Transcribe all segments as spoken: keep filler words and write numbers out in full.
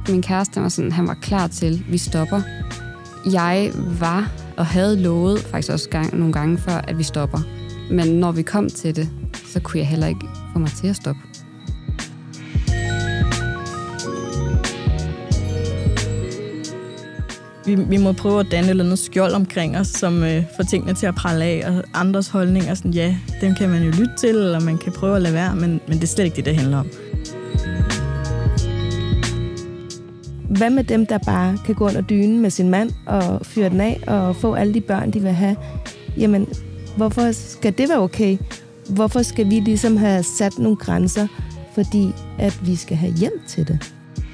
min kæreste, han var, sådan, han var klar til, vi stopper. Jeg var og havde lovet faktisk også gang, nogle gange før, at vi stopper. Men når vi kom til det, så kunne jeg heller ikke få mig til at stoppe. Vi, vi må prøve at danne et eller andet skjold omkring os, som øh, får tingene til at prale af, og andres holdninger, sådan, ja, dem kan man jo lytte til, eller man kan prøve at lade være, men, men det er slet ikke det, det handler om. Hvad med dem, der bare kan gå under dynen med sin mand og fyre den af og få alle de børn, de vil have? Jamen, hvorfor skal det være okay? Hvorfor skal vi ligesom have sat nogle grænser, fordi at vi skal have hjælp til det?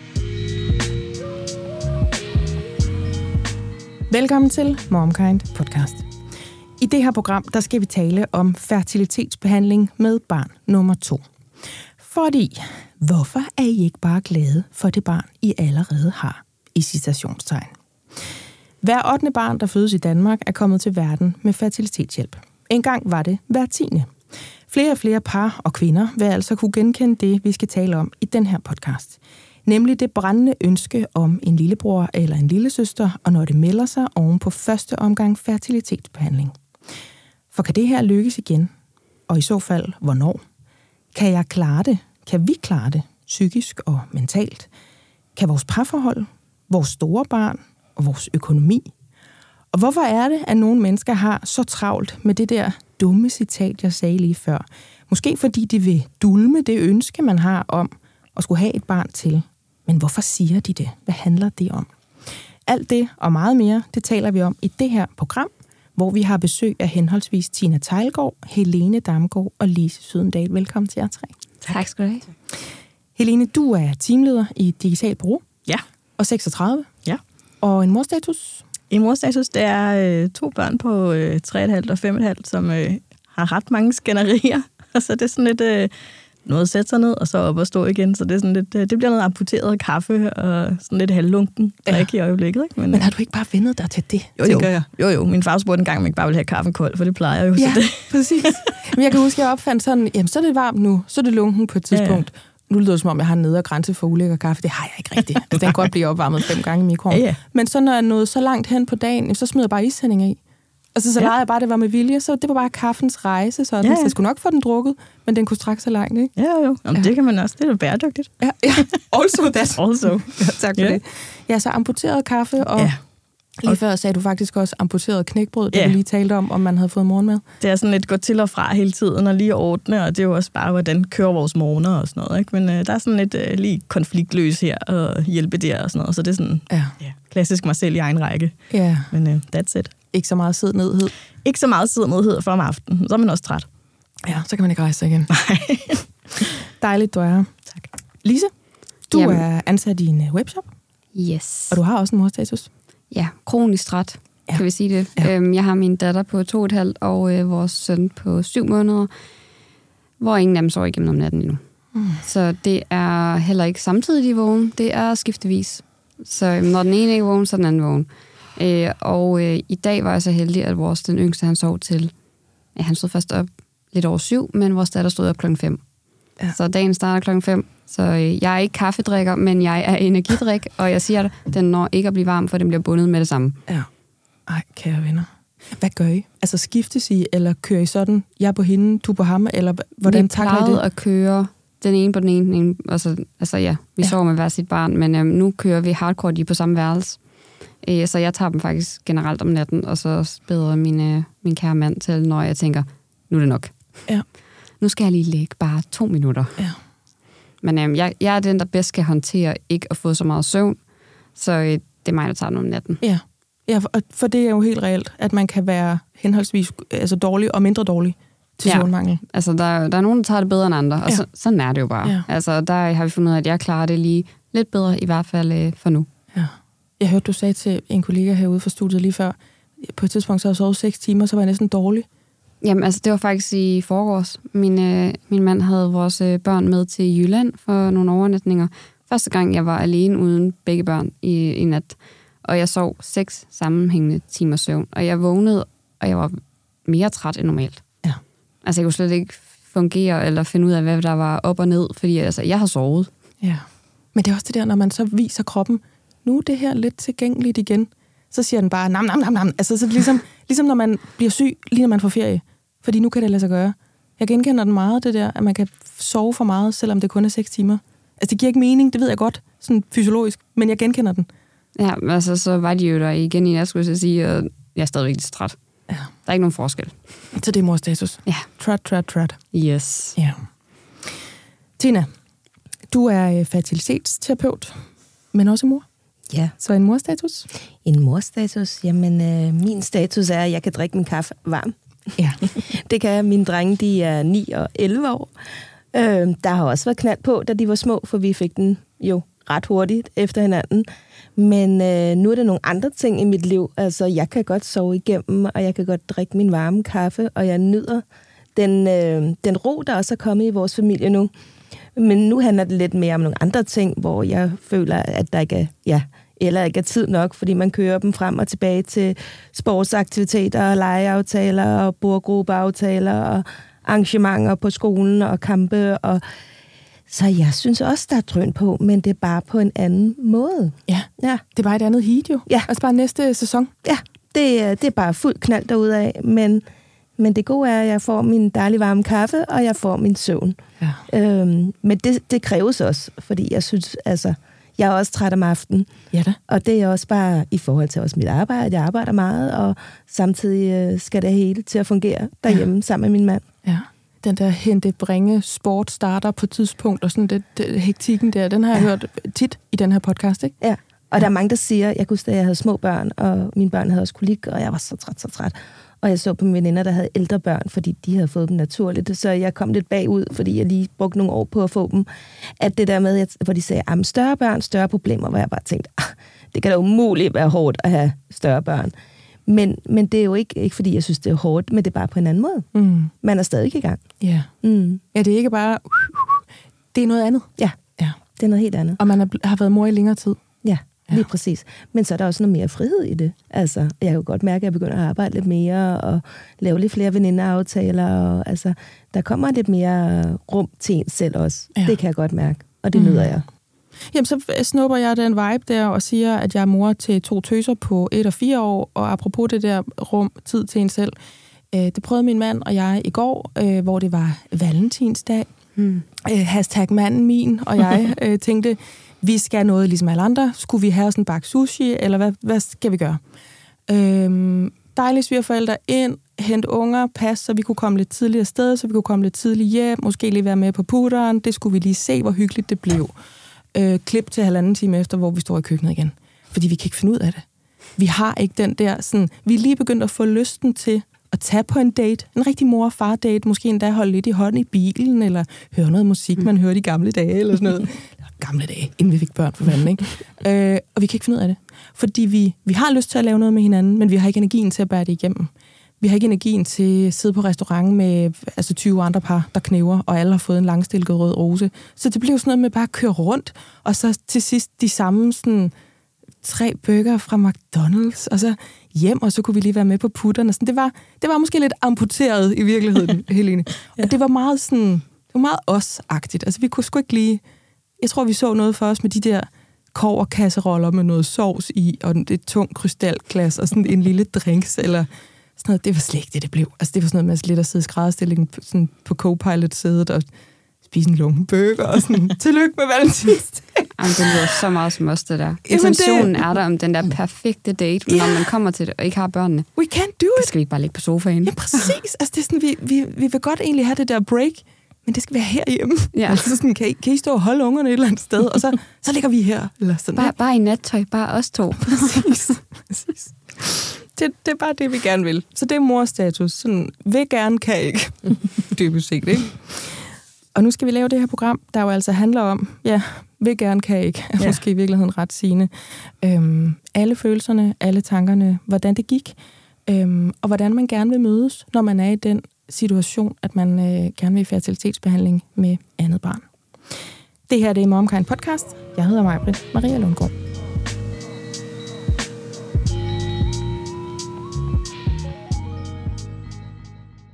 Velkommen til MomKind podcast. I det her program, der skal vi tale om fertilitetsbehandling med barn nummer to. Fordi, hvorfor er I ikke bare glade for det barn, I allerede har? I citationstegn. Hver ottende barn, der fødes i Danmark, er kommet til verden med fertilitetshjælp. En gang var det hver tiende. Flere og flere par og kvinder vil altså kunne genkende det, vi skal tale om i den her podcast. Nemlig det brændende ønske om en lillebror eller en lillesøster, og når det melder sig oven på første omgang fertilitetsbehandling. For kan det her lykkes igen? Og i så fald, hvornår? Kan jeg klare det? Kan vi klare det? Psykisk og mentalt? Kan vores parforhold, vores store barn og vores økonomi? Og hvorfor er det, at nogle mennesker har så travlt med det der dumme citat, jeg sagde lige før? Måske fordi de vil dulme det ønske, man har om at skulle have et barn til. Men hvorfor siger de det? Hvad handler det om? Alt det og meget mere, det taler vi om i det her program, hvor vi har besøg af henholdsvis Tina Teilgaard, Helene Damgaard og Lise Sydendal. Velkommen til jer tre. Tak, tak skal du have. Helene, du er teamleder i Digital Bureau. Ja. Og seksogtredive. Ja. Og en morstatus? En morstatus, det er øh, to børn på øh, tre komma fem og fem komma fem, som øh, har ret mange skænderier. Og så det er sådan lidt... Øh, noget at sætte sig ned, og så op og stå igen. Så det, er sådan lidt, det bliver noget amputeret kaffe, og sådan lidt halvlunken drik ja. i øjeblikket. Ikke? Men, Men har du ikke bare vendet dig til det, jo, tænker jo. jeg? Jo, jo. Min far spurgte en gang, om jeg ikke bare ville have kaffen kold, for det plejer jeg jo. Ja, så det. præcis. Men jeg kan huske, at jeg opfandt sådan, jamen så er det varmt nu, så er det lunken på et tidspunkt. Ja, ja. Nu lyder det som om, jeg har en nedre grænse for ulækker kaffe. Det har jeg ikke rigtigt. Altså, den kan godt blive opvarmet fem gange i mikroen. Ja, ja. Men så når jeg nåede så langt hen på dagen, så smider jeg bare ishænding i. Altså, så ja. legede jeg bare, det var med vilje, så det var bare kaffens rejse, sådan. Ja, ja. Så jeg skulle nok få den drukket, men den kunne strække så langt, ikke? Ja, jo. Jamen, ja. Det kan man også. Det er jo bæredygtigt. Ja, ja. Also that. Also. Ja, tak for ja. det. Ja, så amputeret kaffe, og ja. lige før sagde du faktisk også amputeret knækbrød, da ja. du lige talte om, om man havde fået morgenmad. Det er sådan lidt gå til og fra hele tiden, og lige ordne, og det er jo også bare, hvordan kører vores morgener og sådan noget, ikke? Men øh, der er sådan lidt øh, lige konfliktløs her, og hjælpe der og sådan noget, så det er sådan ja. Ja, klassisk mig selv i egen række. Ja. Men øh, that's it. Ikke så meget sidnedhed. Ikke så meget sidnedhed for om aftenen. Så er man også træt. Ja, så kan man ikke rejse sig igen. Nej. Dejligt, du er her. Tak. Lise, du Jamen. er ansat i en webshop. Yes. Og du har også en morstatus. Ja, kronisk træt, ja. kan vi sige det. Ja. Øhm, jeg har min datter på to og et halvt, og øh, vores søn på syv måneder, hvor ingen af dem sover igennem om natten endnu. Mm. Så det er heller ikke samtidig, de er vågen. Det er skiftevis. Så øhm, når den ene ikke er vågen, så er den anden vågen. Øh, og øh, i dag var jeg så heldig, at vores den yngste, han sov til, ja, han stod først op lidt over syv, men vores datter stod op klokken fem. Ja. Så dagen starter klokken fem. Så øh, jeg er ikke kaffedrikker, men jeg er energidrik, og jeg siger, at den når ikke at blive varm, for den bliver bundet med det samme. Ja. Ej, kære venner. Hvad gør I? Altså skiftes I, eller kører I sådan, jeg er på hende, du på ham, eller hvordan takler I det? Vi plejede at køre den ene på den ene, den ene altså, altså ja, vi ja. sover med hver sit barn, men øhm, nu kører vi hardcore, de på samme værelse. Øh, så jeg tager dem faktisk generelt om natten, og så beder min, øh, min kære mand til, når jeg tænker, nu er det nok. Ja. Nu skal jeg lige ligge bare to minutter. Ja. Men øhm, jeg, jeg er den, der bedst kan håndtere ikke at få så meget søvn, så øh, det er mig, der tager den om natten. Ja. Ja, for det er jo helt reelt, at man kan være henholdsvis altså dårlig og mindre dårlig til ja. søvnmangel. Altså, der, der er nogen, der tager det bedre end andre, og ja. så, sådan er det jo bare. Ja. Altså, der har vi fundet ud af, at jeg klarer det lige lidt bedre, i hvert fald øh, for nu. Ja. Jeg hørte, du sagde til en kollega herude fra studiet lige før, på et tidspunkt så havde jeg sovet seks timer, så var jeg næsten dårlig. Jamen, altså, det var faktisk i forgårs. Min, øh, min mand havde vores øh, børn med til Jylland for nogle overnatninger. Første gang, jeg var alene uden begge børn i, i nat. Og jeg sov seks sammenhængende timer søvn. Og jeg vågnede, og jeg var mere træt end normalt. Ja. Altså, jeg kunne slet ikke fungere eller finde ud af, hvad der var op og ned, fordi altså, jeg har sovet. Ja. Men det er også det der, når man så viser kroppen, nu er det her lidt tilgængeligt igen, så siger den bare, nam, nam, nam, nam. Altså, så er det ligesom, ligesom når man bliver syg, lige når man får ferie. Fordi nu kan det lade sig gøre. Jeg genkender den meget, det der, at man kan sove for meget, selvom det kun er seks timer. Altså, det giver ikke mening, det ved jeg godt, sådan fysiologisk, men jeg genkender den. Ja, altså, så var de jo der igen i nat, skulle jeg sige, og jeg er stadigvæk lidt træt. Ja. Der er ikke nogen forskel. Så det er morstatus. Ja. Træt, træt, træt. Yes. Ja. Tina, du er fertilitetsterapeut, men også mor. Ja. Så en morstatus? En morstatus? Jamen, øh, min status er, at jeg kan drikke min kaffe varm. Ja. Det kan jeg. Mine drenge, de er ni og elleve år. Øh, der har også været knald på, da de var små, for vi fik den jo ret hurtigt efter hinanden. Men øh, nu er der nogle andre ting i mit liv. Altså, jeg kan godt sove igennem, og jeg kan godt drikke min varme kaffe, og jeg nyder den, øh, den ro, der også er kommet i vores familie nu. Men nu handler det lidt mere om nogle andre ting, hvor jeg føler, at der ikke er, ja, eller ikke er tid nok, fordi man kører dem frem og tilbage til sportsaktiviteter og legeaftaler og bordgruppeaftaler og arrangementer på skolen og kampe. Og så jeg synes også, der er drøn på, men det er bare på en anden måde. Ja, ja. Det er bare et andet heat jo. Ja. Altså bare næste sæson. Ja, det, det er bare fuld knald derudad, men... Men det gode er, at jeg får min dejlige varme kaffe, og jeg får min søvn. Ja. Øhm, men det, det kræves også, fordi jeg synes, altså, jeg er også træt om aftenen. Ja da. Og det er også bare i forhold til også mit arbejde. Jeg arbejder meget, og samtidig øh, skal det hele til at fungere derhjemme ja. sammen med min mand. Ja. Den der hente-bringe sport starter på tidspunkt, og sådan det, det hektikken der, den har jeg ja. hørt tit i den her podcast, ikke? Ja, og ja. der er mange, der siger, jeg kunne huske, at jeg havde små børn, og mine børn havde også kolik, og jeg var så træt, så træt. Og jeg så på mine veninder, der havde ældre børn, fordi de havde fået dem naturligt. Så jeg kom lidt bagud, fordi jeg lige brugte nogle år på at få dem. At det der med, at, hvor de sagde, at større børn, større problemer, hvor jeg bare tænkte, ah, det kan da umuligt være hårdt at have større børn. Men, men det er jo ikke, ikke, fordi jeg synes, det er hårdt, men det er bare på en anden måde. Mm. Man er stadig i gang. Ja. Mm. Ja, det er ikke bare... Det er noget andet. Ja, ja. Det er noget helt andet. Og man er, har været mor i længere tid. Ja. Lige præcis. Men så er der også noget mere frihed i det. Altså, jeg kan jo godt mærke, at jeg begynder at arbejde lidt mere og lave lidt flere venindeaftaler. Og, altså, der kommer lidt mere rum til en selv også. Ja. Det kan jeg godt mærke, og det mm. nyder jeg. Jamen, så snupper jeg den vibe der og siger, at jeg er mor til to tøser på et og fire år. Og apropos det der rum, tid til en selv. Det prøvede min mand og jeg i går, hvor det var valentinsdag. Mm. Hashtag manden min og jeg tænkte... Vi skal noget ligesom alle andre. Skulle vi have sådan en bakke sushi, eller hvad, hvad skal vi gøre? Øhm, dejlige svigerforældre ind, hente unger, pas, så vi kunne komme lidt tidligere afsted, så vi kunne komme lidt tidligt hjem, måske lige være med på putteren. Det skulle vi lige se, hvor hyggeligt det blev. Øh, klip til halvanden time efter, hvor vi står i køkkenet igen. Fordi vi kan ikke finde ud af det. Vi har ikke den der sådan... Vi er lige begyndt at få lysten til at tage på en date. En rigtig mor- og far-date. Måske endda holde lidt i hånden i bilen, eller høre noget musik, man hørte i gamle dage, eller sådan noget. Gamle dage, inden vi fik børn for fanden, ikke? øh, og vi kan ikke finde ud af det. Fordi vi, vi har lyst til at lave noget med hinanden, men vi har ikke energien til at bære det igennem. Vi har ikke energien til at sidde på restaurant med altså tyve andre par, der knæver, og alle har fået en langstilket rød rose. Så det blev sådan noget med bare at køre rundt, og så til sidst de samme sådan, tre burger fra McDonald's, og så hjem, og så kunne vi lige være med på putterne. Sådan, det, var, det var måske lidt amputeret i virkeligheden, Helene. Ja. Og det var meget sådan, det var meget os-agtigt. Altså vi kunne sgu ikke lige... Jeg tror, vi så noget for os med de der kobberkasseroller med noget sovs i, og et tungt krystalglas, og sådan en lille drinks, eller sådan noget. Det var slet ikke det, det blev. Altså, det var sådan noget med lidt at sidde i skrædderstillingen sådan på co-pilot-sædet og spise en lunken burger, og sådan, tillykke med valentinsdag. Jamen, det lyder så meget som os, det der. Intentionen det... er der om den der perfekte date, men yeah. når man kommer til det og ikke har børnene, we can't do it. Det skal vi ikke bare ligge på sofaen. Ja, præcis. Altså, det er sådan, vi, vi, vi vil godt egentlig have det der break, men det skal være herhjemme. Ja. Altså sådan, kan I, kan I stå og holde ungerne et eller andet sted, og så, så ligger vi her. Eller sådan. Bare, bare i nattøj, bare os to. Præcis. Præcis. Det, det er bare det, vi gerne vil. Så det er morstatus. Sådan, vil gerne, kan ikke. Dybest set, ikke? Og nu skal vi lave det her program, der jo altså handler om, ja, vil gerne, kan ikke. Ja. Måske i virkeligheden ret sigende. Øhm, alle følelserne, alle tankerne, hvordan det gik, øhm, og hvordan man gerne vil mødes, når man er i den situation, at man øh, gerne vil i fertilitetsbehandling med andet barn. Det her det er MomKind Podcast. Jeg hedder Maj-Britt Maria Lundgaard.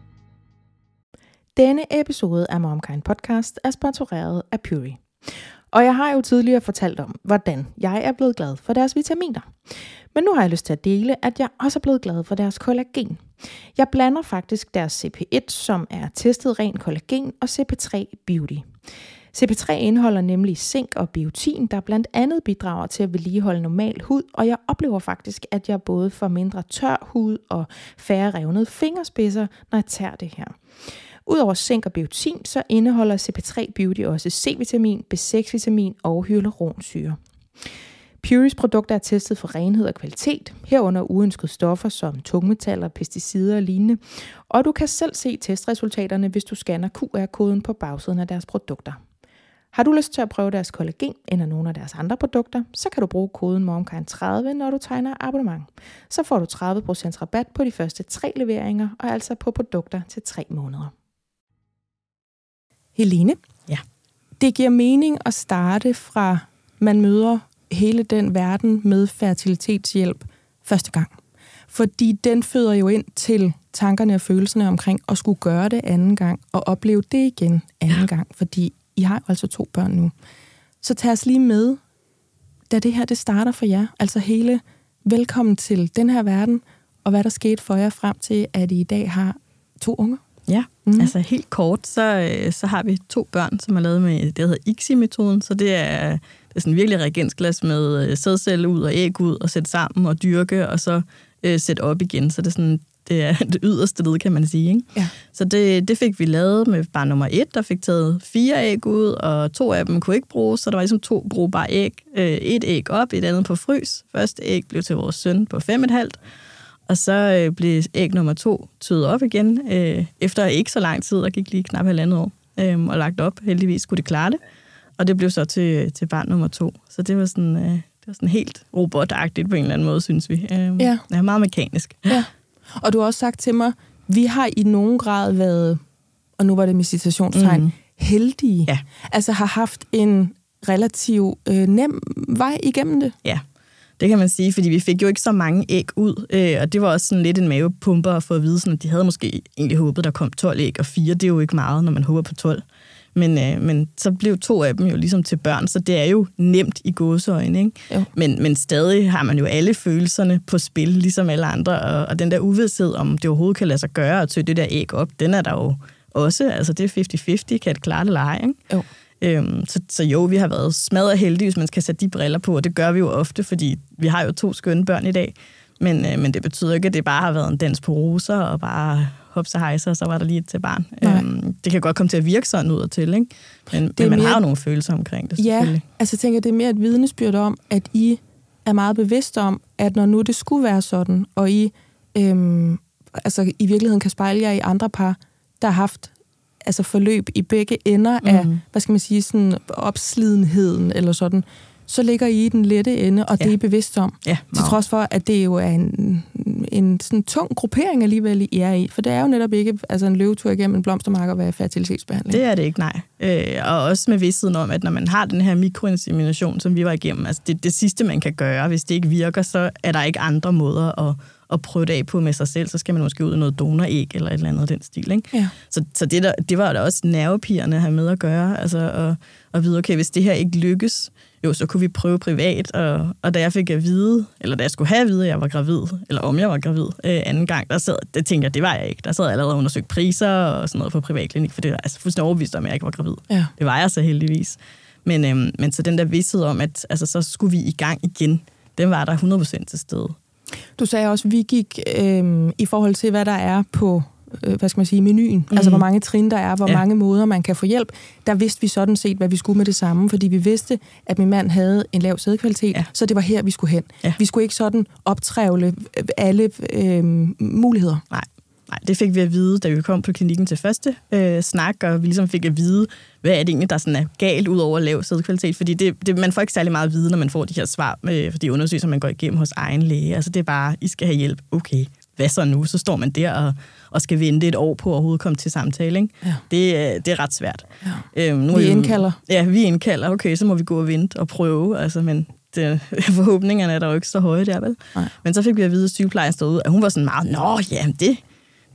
Denne episode af MomKind Podcast er sponsoreret af Puri. Og jeg har jo tidligere fortalt om, hvordan jeg er blevet glad for deres vitaminer. Men nu har jeg lyst til at dele, at jeg også er blevet glad for deres kollagen. Jeg blander faktisk deres C P et, som er testet ren kollagen, og C P tre Beauty. C P tre indeholder nemlig zink og biotin, der blandt andet bidrager til at vedligeholde normal hud, og jeg oplever faktisk, at jeg både får mindre tør hud og færre revnede fingerspidser, når jeg tager det her. Udover zink og biotin, så indeholder C P tre Beauty også C-vitamin, B seks vitamin og hyaluronsyre. Puris produkter er testet for renhed og kvalitet, herunder uønskede stoffer som tungmetaller, pesticider og lignende, og du kan selv se testresultaterne, hvis du scanner Q R-koden på bagsiden af deres produkter. Har du lyst til at prøve deres kollagen eller nogle af deres andre produkter, så kan du bruge koden momkind tredive, når du tegner abonnement. Så får du tredive procent rabat på de første tre leveringer, og altså på produkter til tre måneder. Helene, ja. Det giver mening at starte fra, man møder hele den verden med fertilitetshjælp første gang. Fordi den føder jo ind til tankerne og følelserne omkring at skulle gøre det anden gang, og opleve det igen anden ja. gang, fordi I har altså to børn nu. Så tag os lige med, da det her det starter for jer, altså hele velkommen til den her verden, og hvad der skete for jer frem til, at I i dag har to unger. Ja, mm. altså helt kort, så, så har vi to børn, som er lavet med det, der hedder I C S I-metoden, så det er, det er sådan virkelig reagensglas med sædcelle ud og æg ud, og sætte sammen og dyrke, og så øh, sætte op igen, så det er sådan, det er det yderste led, kan man sige. Ikke? Ja. Så det, det fik vi lavet med barn nummer et, der fik taget fire æg ud, og to af dem kunne ikke bruges, så der var ligesom to brugbare æg. Et æg op, et andet på frys. Første æg blev til vores søn på fem og et halvt, og så øh, blev æg nummer to tøet op igen, øh, efter ikke så lang tid, der gik lige knap halvandet år, øh, og lagt op. Heldigvis skulle det klare det, og det blev så til, til barn nummer to. Så det var sådan, øh, det var sådan helt robotagtigt på en eller anden måde, synes vi. Øh, ja. Ja, meget mekanisk. Ja. Og du har også sagt til mig, vi har i nogen grad været, og nu var det med citationstegn, mm. heldige. Ja. Altså har haft en relativ øh, nem vej igennem det. Ja, det kan man sige, fordi vi fik jo ikke så mange æg ud, øh, og det var også sådan lidt en mavepumper at få at vide, sådan, at de havde måske egentlig håbet, der kom tolv æg, og fire, det er jo ikke meget, når man håber på tolv. Men, øh, men så blev to af dem jo ligesom til børn, så det er jo nemt i gåseøjne, ikke? Men, men stadig har man jo alle følelserne på spil, ligesom alle andre, og, og den der uvidsthed, om det overhovedet kan lade sig gøre at tøge det der æg op, den er der jo også, altså det er halvtreds halvtreds, kan det klare det eller ej, ikke? Jo. Øhm, så, så jo, vi har været smadret heldige, hvis man skal sætte de briller på, og det gør vi jo ofte, fordi vi har jo to skønne børn i dag, men, øh, men det betyder ikke, at det bare har været en dans på roser, og bare hopse hejse, og så var der lige et til barn. Øhm, det kan godt komme til at virke sådan ud og til, ikke? Men, men man mere, har jo nogle følelser omkring det, selvfølgelig. Ja, altså jeg tænker, det er mere et vidnesbyrd om, at I er meget bevidste om, at når nu det skulle være sådan, og I øhm, altså i virkeligheden kan spejle jer i andre par, der har haft altså forløb i begge ender mm. af, hvad skal man sige, sådan opslidenheden eller sådan, så ligger I i den lette ende, og ja. det er I bevidst om. Ja, til trods for, at det jo er en, en sådan tung gruppering alligevel, I er i. For det er jo netop ikke altså en løvetur igennem en blomstermark og være fertilitetsbehandling. Det er det ikke, nej. Øh, og også med vidstheden om, at når man har den her mikroinsemination, som vi var igennem, altså det, det sidste, man kan gøre, hvis det ikke virker, så er der ikke andre måder at, at prøve det af på med sig selv. Så skal man måske ud i noget donoræg eller et eller andet af den stil, ikke? Ja. Så, så det, der, det var da også nervepirrende at have med at gøre, altså at, at vide, okay, hvis det her ikke lykkes, jo, så kunne vi prøve privat, og, og da jeg fik at vide, eller da jeg skulle have at vide, at jeg var gravid, eller om jeg var gravid øh, anden gang, der sad, det tænkte jeg, det var jeg ikke. Der sad jeg allerede undersøgt priser og sådan noget på privatklinik, for det var altså fuldstændig overbevist om, at jeg ikke var gravid. Ja. Det var jeg så heldigvis. Men, øhm, men så den der vidsthed om, at altså, så skulle vi i gang igen, den var der hundrede procent til stede. Du sagde også, at vi gik øh, i forhold til, hvad der er på hvad skal man sige, menuen, mm. altså hvor mange trin der er, hvor ja. mange måder man kan få hjælp, der vidste vi sådan set, hvad vi skulle med det samme, fordi vi vidste, at min mand havde en lav sædkvalitet, ja. så det var her, vi skulle hen. Ja. Vi skulle ikke sådan optrævle alle øh, muligheder. Nej. Nej, det fik vi at vide, da vi kom på klinikken til første øh, snak, og vi ligesom fik at vide, hvad er det egentlig, der sådan er galt ud over lav sædkvalitet, fordi det, det, man får ikke særlig meget at vide, når man får de her svar, øh, for de undersøgelser, man går igennem hos egen læge. Altså det er bare, I skal have hjælp. Okay, hvad så nu? Så står man der og, og skal vente et år på at overhovedet komme til samtale, ikke? Ja. Det, det er ret svært. Ja. Øhm, nu vi indkalder. Ja, vi indkalder. Okay, så må vi gå og vente og prøve, altså, men det, forhåbningerne er der jo ikke så høje der, vel? Nej. Men så fik vi at vide, at sygeplejen stod ud, at hun var sådan meget, nå, ja, det...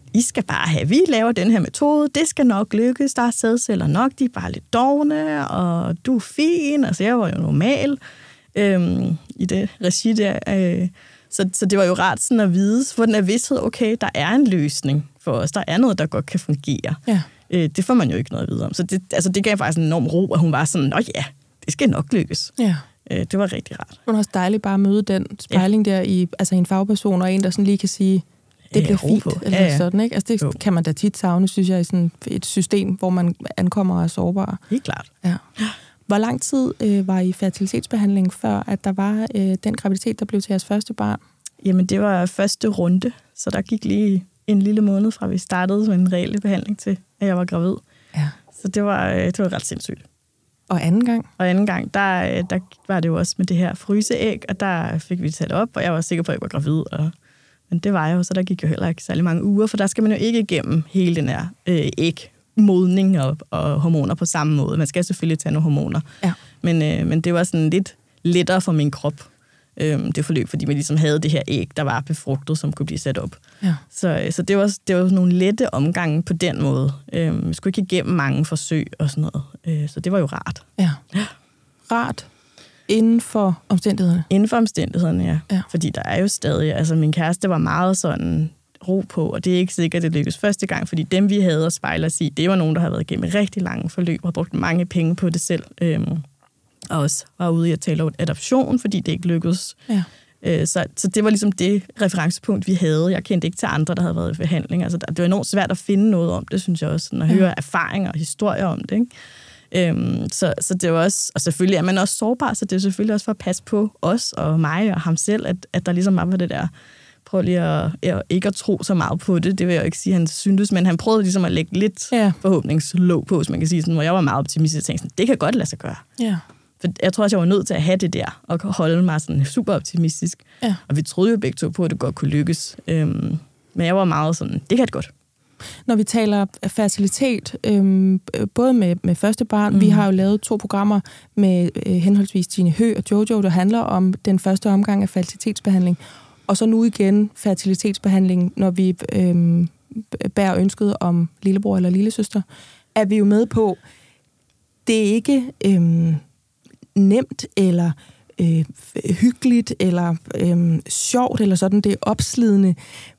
I skal bare have, vi laver den her metode, det skal nok lykkes, der er sædceller nok, de er bare lidt dovne, og du er fin, altså jeg var jo normal øhm, i det regi der. Øh, så, så det var jo rart sådan at vide, for den er vidsthed, okay, der er en løsning for os, der er noget, der godt kan fungere. Ja. Øh, det får man jo ikke noget at vide om. Så det, altså, det gav faktisk en enorm ro, at hun var sådan, nå ja, det skal nok lykkes. Ja. Øh, det var rigtig rart. Det var også dejligt bare at møde den spejling ja. der i altså en fagperson, og en, der sådan lige kan sige, det bliver fint, på. eller ja, ja. sådan, ikke? Altså det jo. kan man da tit savne, synes jeg, i sådan et system, hvor man ankommer og er sårbar. Helt klart. Ja. Hvor lang tid øh, var I fertilitetsbehandling, før at der var øh, den graviditet, der blev til jeres første barn? Jamen, det var første runde, så der gik lige en lille måned fra, vi startede med en reel behandling til, at jeg var gravid. Ja. Så det var, det var ret sindssygt. Og anden gang? Og anden gang, der, der var det jo også med det her fryseæg, og der fik vi sat op, og jeg var sikker på, at jeg var gravid, og men det var jeg jo, så der gik jo heller ikke særlig mange uger, for der skal man jo ikke igennem hele den her øh, ægmodning og, og hormoner på samme måde. Man skal selvfølgelig tage nogle hormoner. Ja. Men, øh, men det var sådan lidt lettere for min krop, øh, det forløb, fordi man ligesom havde det her æg, der var befrugtet, som kunne blive sat op. Ja. Så, så det var, det var nogle lette omgange på den måde. Øh, vi skulle ikke igennem mange forsøg og sådan noget. Øh, så det var jo rart. Ja. Rart. Inden for omstændighederne? Inden for omstændighederne, ja. ja. Fordi der er jo stadig, altså min kæreste var meget sådan ro på, og det er ikke sikkert, at det lykkedes første gang, fordi dem, vi havde at spejle os i, det var nogen, der havde været igennem rigtig lange forløb, og har brugt mange penge på det selv, øhm, og også var ude i at tale om adoption, fordi det ikke lykkedes. Ja. Øh, så, så det var ligesom det referencepunkt, vi havde. Jeg kendte ikke til andre, der havde været i behandling. Altså, det var enormt svært at finde noget om det, synes jeg også, sådan at ja. høre erfaringer og historier om det, ikke? Øhm, så, så det var også, og selvfølgelig er man også sårbar, så det er selvfølgelig også for at passe på os og mig og ham selv, at, at der ligesom var det der, prøv lige at, at ikke at tro så meget på det, det vil jeg jo ikke sige, han syntes, men han prøvede ligesom at lægge lidt ja. forhåbningslåg på, hvis man kan sige sådan, hvor jeg var meget optimistisk, og tænkte sådan, det kan godt lade sig gøre. Ja. For jeg tror også, jeg var nødt til at have det der, og holde mig sådan super optimistisk. Ja. Og vi troede jo begge to på, at det godt kunne lykkes. Øhm, men jeg var meget sådan, det kan det godt. Når vi taler fertilitet, øhm, både med, med første barn, mm. vi har jo lavet to programmer med øh, henholdsvis Tine Hø og Jojo, der handler om den første omgang af fertilitetsbehandling, og så nu igen fertilitetsbehandling, når vi øhm, bærer ønsket om lillebror eller lillesøster, er vi jo med på, det er ikke øhm, nemt eller øh, hyggeligt eller øh, sjovt eller sådan, det er opslidende,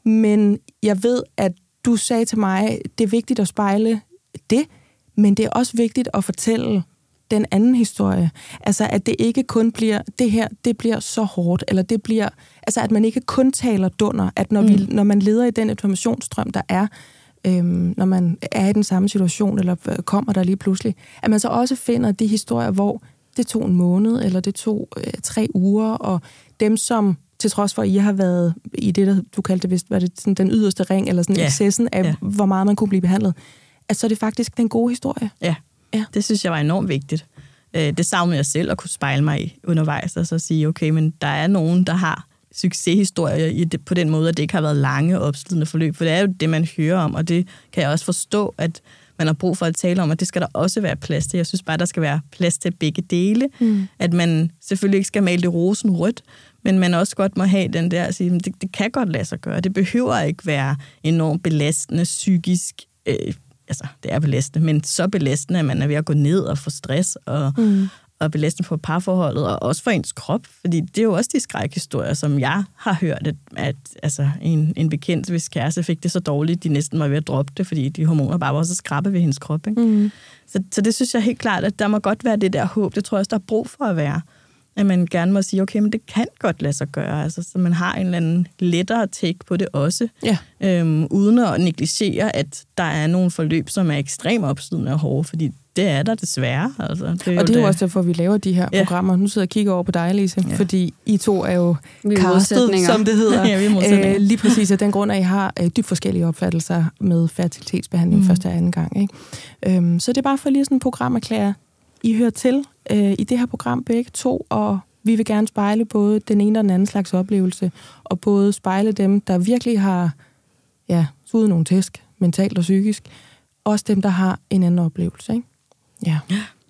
men jeg ved, at du sagde til mig, det er vigtigt at spejle det, men det er også vigtigt at fortælle den anden historie. Altså, at det ikke kun bliver, det her, det bliver så hårdt, eller det bliver, altså, at man ikke kun taler dunder, at når, mm. vi, når man leder i den informationsstrøm, der er, øhm, når man er i den samme situation, eller kommer der lige pludselig, at man så også finder de historier, hvor det tog en måned, eller det tog øh, tre uger, og dem, som til trods for, at I har været i det, der du kaldte vist, var det sådan den yderste ring, eller sådan yeah. excessen af, yeah. hvor meget man kunne blive behandlet, at så er det faktisk den gode historie. Ja, ja. Det synes jeg var enormt vigtigt. Det savnede jeg selv at kunne spejle mig i undervejs, og så sige, okay, men der er nogen, der har succeshistorier i det, på den måde, at det ikke har været lange, opslidende forløb, for det er jo det, man hører om, og det kan jeg også forstå, at man har brug for at tale om, at det skal der også være plads til. Jeg synes bare, der skal være plads til begge dele. Mm. At man selvfølgelig ikke skal male det rosen rødt, men man også godt må have den der at sige, det, det kan godt lade sig gøre. Det behøver ikke være enormt belastende psykisk. Øh, altså, det er belastende, men så belastende, at man er ved at gå ned og få stress og, mm. og belastende for parforholdet, og også for ens krop. Fordi det er jo også de skrækhistorier, som jeg har hørt, at, at altså, en, en bekendt, hvis kæreste fik det så dårligt, de næsten var ved at droppe det, fordi de hormoner bare var så skrappe ved hendes krop. Ikke? Mm. Så, så det synes jeg helt klart, at der må godt være det der håb. Det tror jeg også, der er brug for at være. At man gerne må sige, okay, men det kan godt lade sig gøre. Altså, så man har en eller anden lettere take på det også. Ja. Øhm, uden at negligere, at der er nogle forløb, som er ekstremt opslidende og hårde, fordi det er der desværre. Altså, det er og det er jo det. også derfor, vi laver de her ja. programmer. Nu sidder jeg og kigger over på dig, Lise, ja. fordi I to er jo castet, som det hedder. Ja, vi er Æ, lige præcis af den grund, at I har øh, dybt forskellige opfattelser med fertilitetsbehandling mm. første og anden gang. Ikke? Øhm, så det er bare for lige sådan et program at erklære, I hører til øh, i det her program begge to, og vi vil gerne spejle både den ene og den anden slags oplevelse, og både spejle dem, der virkelig har ja, suget nogle tæsk, mentalt og psykisk, også dem, der har en anden oplevelse. Ikke? Ja.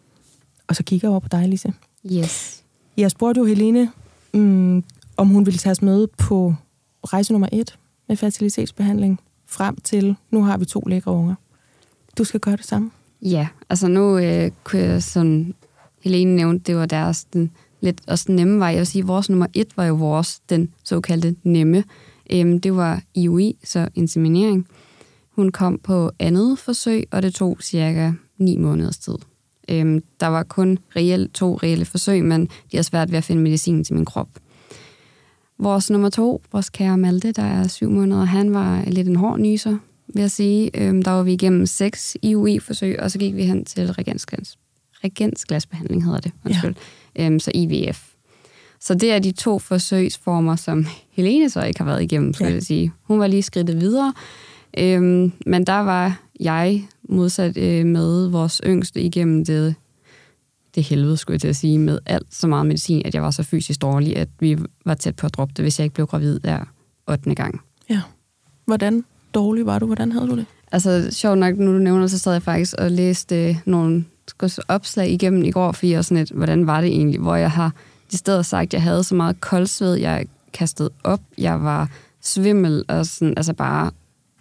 Og så kigger jeg over på dig, Lise. Yes. Jeg spurgte jo Helene, um, om hun ville tage os med på rejse nummer et med fertilitetsbehandling, frem til, nu har vi to lækre unger. Du skal gøre det samme. Ja, altså nu øh, kunne jeg sådan, Helene nævnte, det var deres den, lidt også nemme vej. Jeg vil sige, vores nummer et var jo vores, den såkaldte nemme. Øhm, det var I U I, så inseminering. Hun kom på andet forsøg, og det tog cirka ni måneders tid. Øhm, der var kun reelt to reelle forsøg, men de har svært ved at finde medicin til min krop. Vores nummer to, vores kære Malte, der er syv måneder, han var lidt en hård nyser, vil jeg sige. Øhm, der var vi igennem seks I U I-forsøg, og så gik vi hen til regensglas. Regensglasbehandling hedder det, undskyld. Ja. Øhm, så I V F. Så det er de to forsøgsformer, som Helene så ikke har været igennem, skulle ja. jeg sige. Hun var lige skridtet videre, øhm, men der var jeg modsat øh, med vores yngste igennem det, det helvede, skulle jeg til at sige, med alt så meget medicin, at jeg var så fysisk dårlig, at vi var tæt på at droppe det, hvis jeg ikke blev gravid der ottende gang. Ja. Hvordan dårlig var du? Hvordan havde du det? Altså, sjovt nok, nu du nævner, så sad jeg faktisk og læste øh, nogle opslag igennem i går, fordi jeg sådan et, hvordan var det egentlig, hvor jeg har i stedet sagt, at jeg havde så meget koldsved, jeg kastede op, jeg var svimmel, og sådan, altså bare,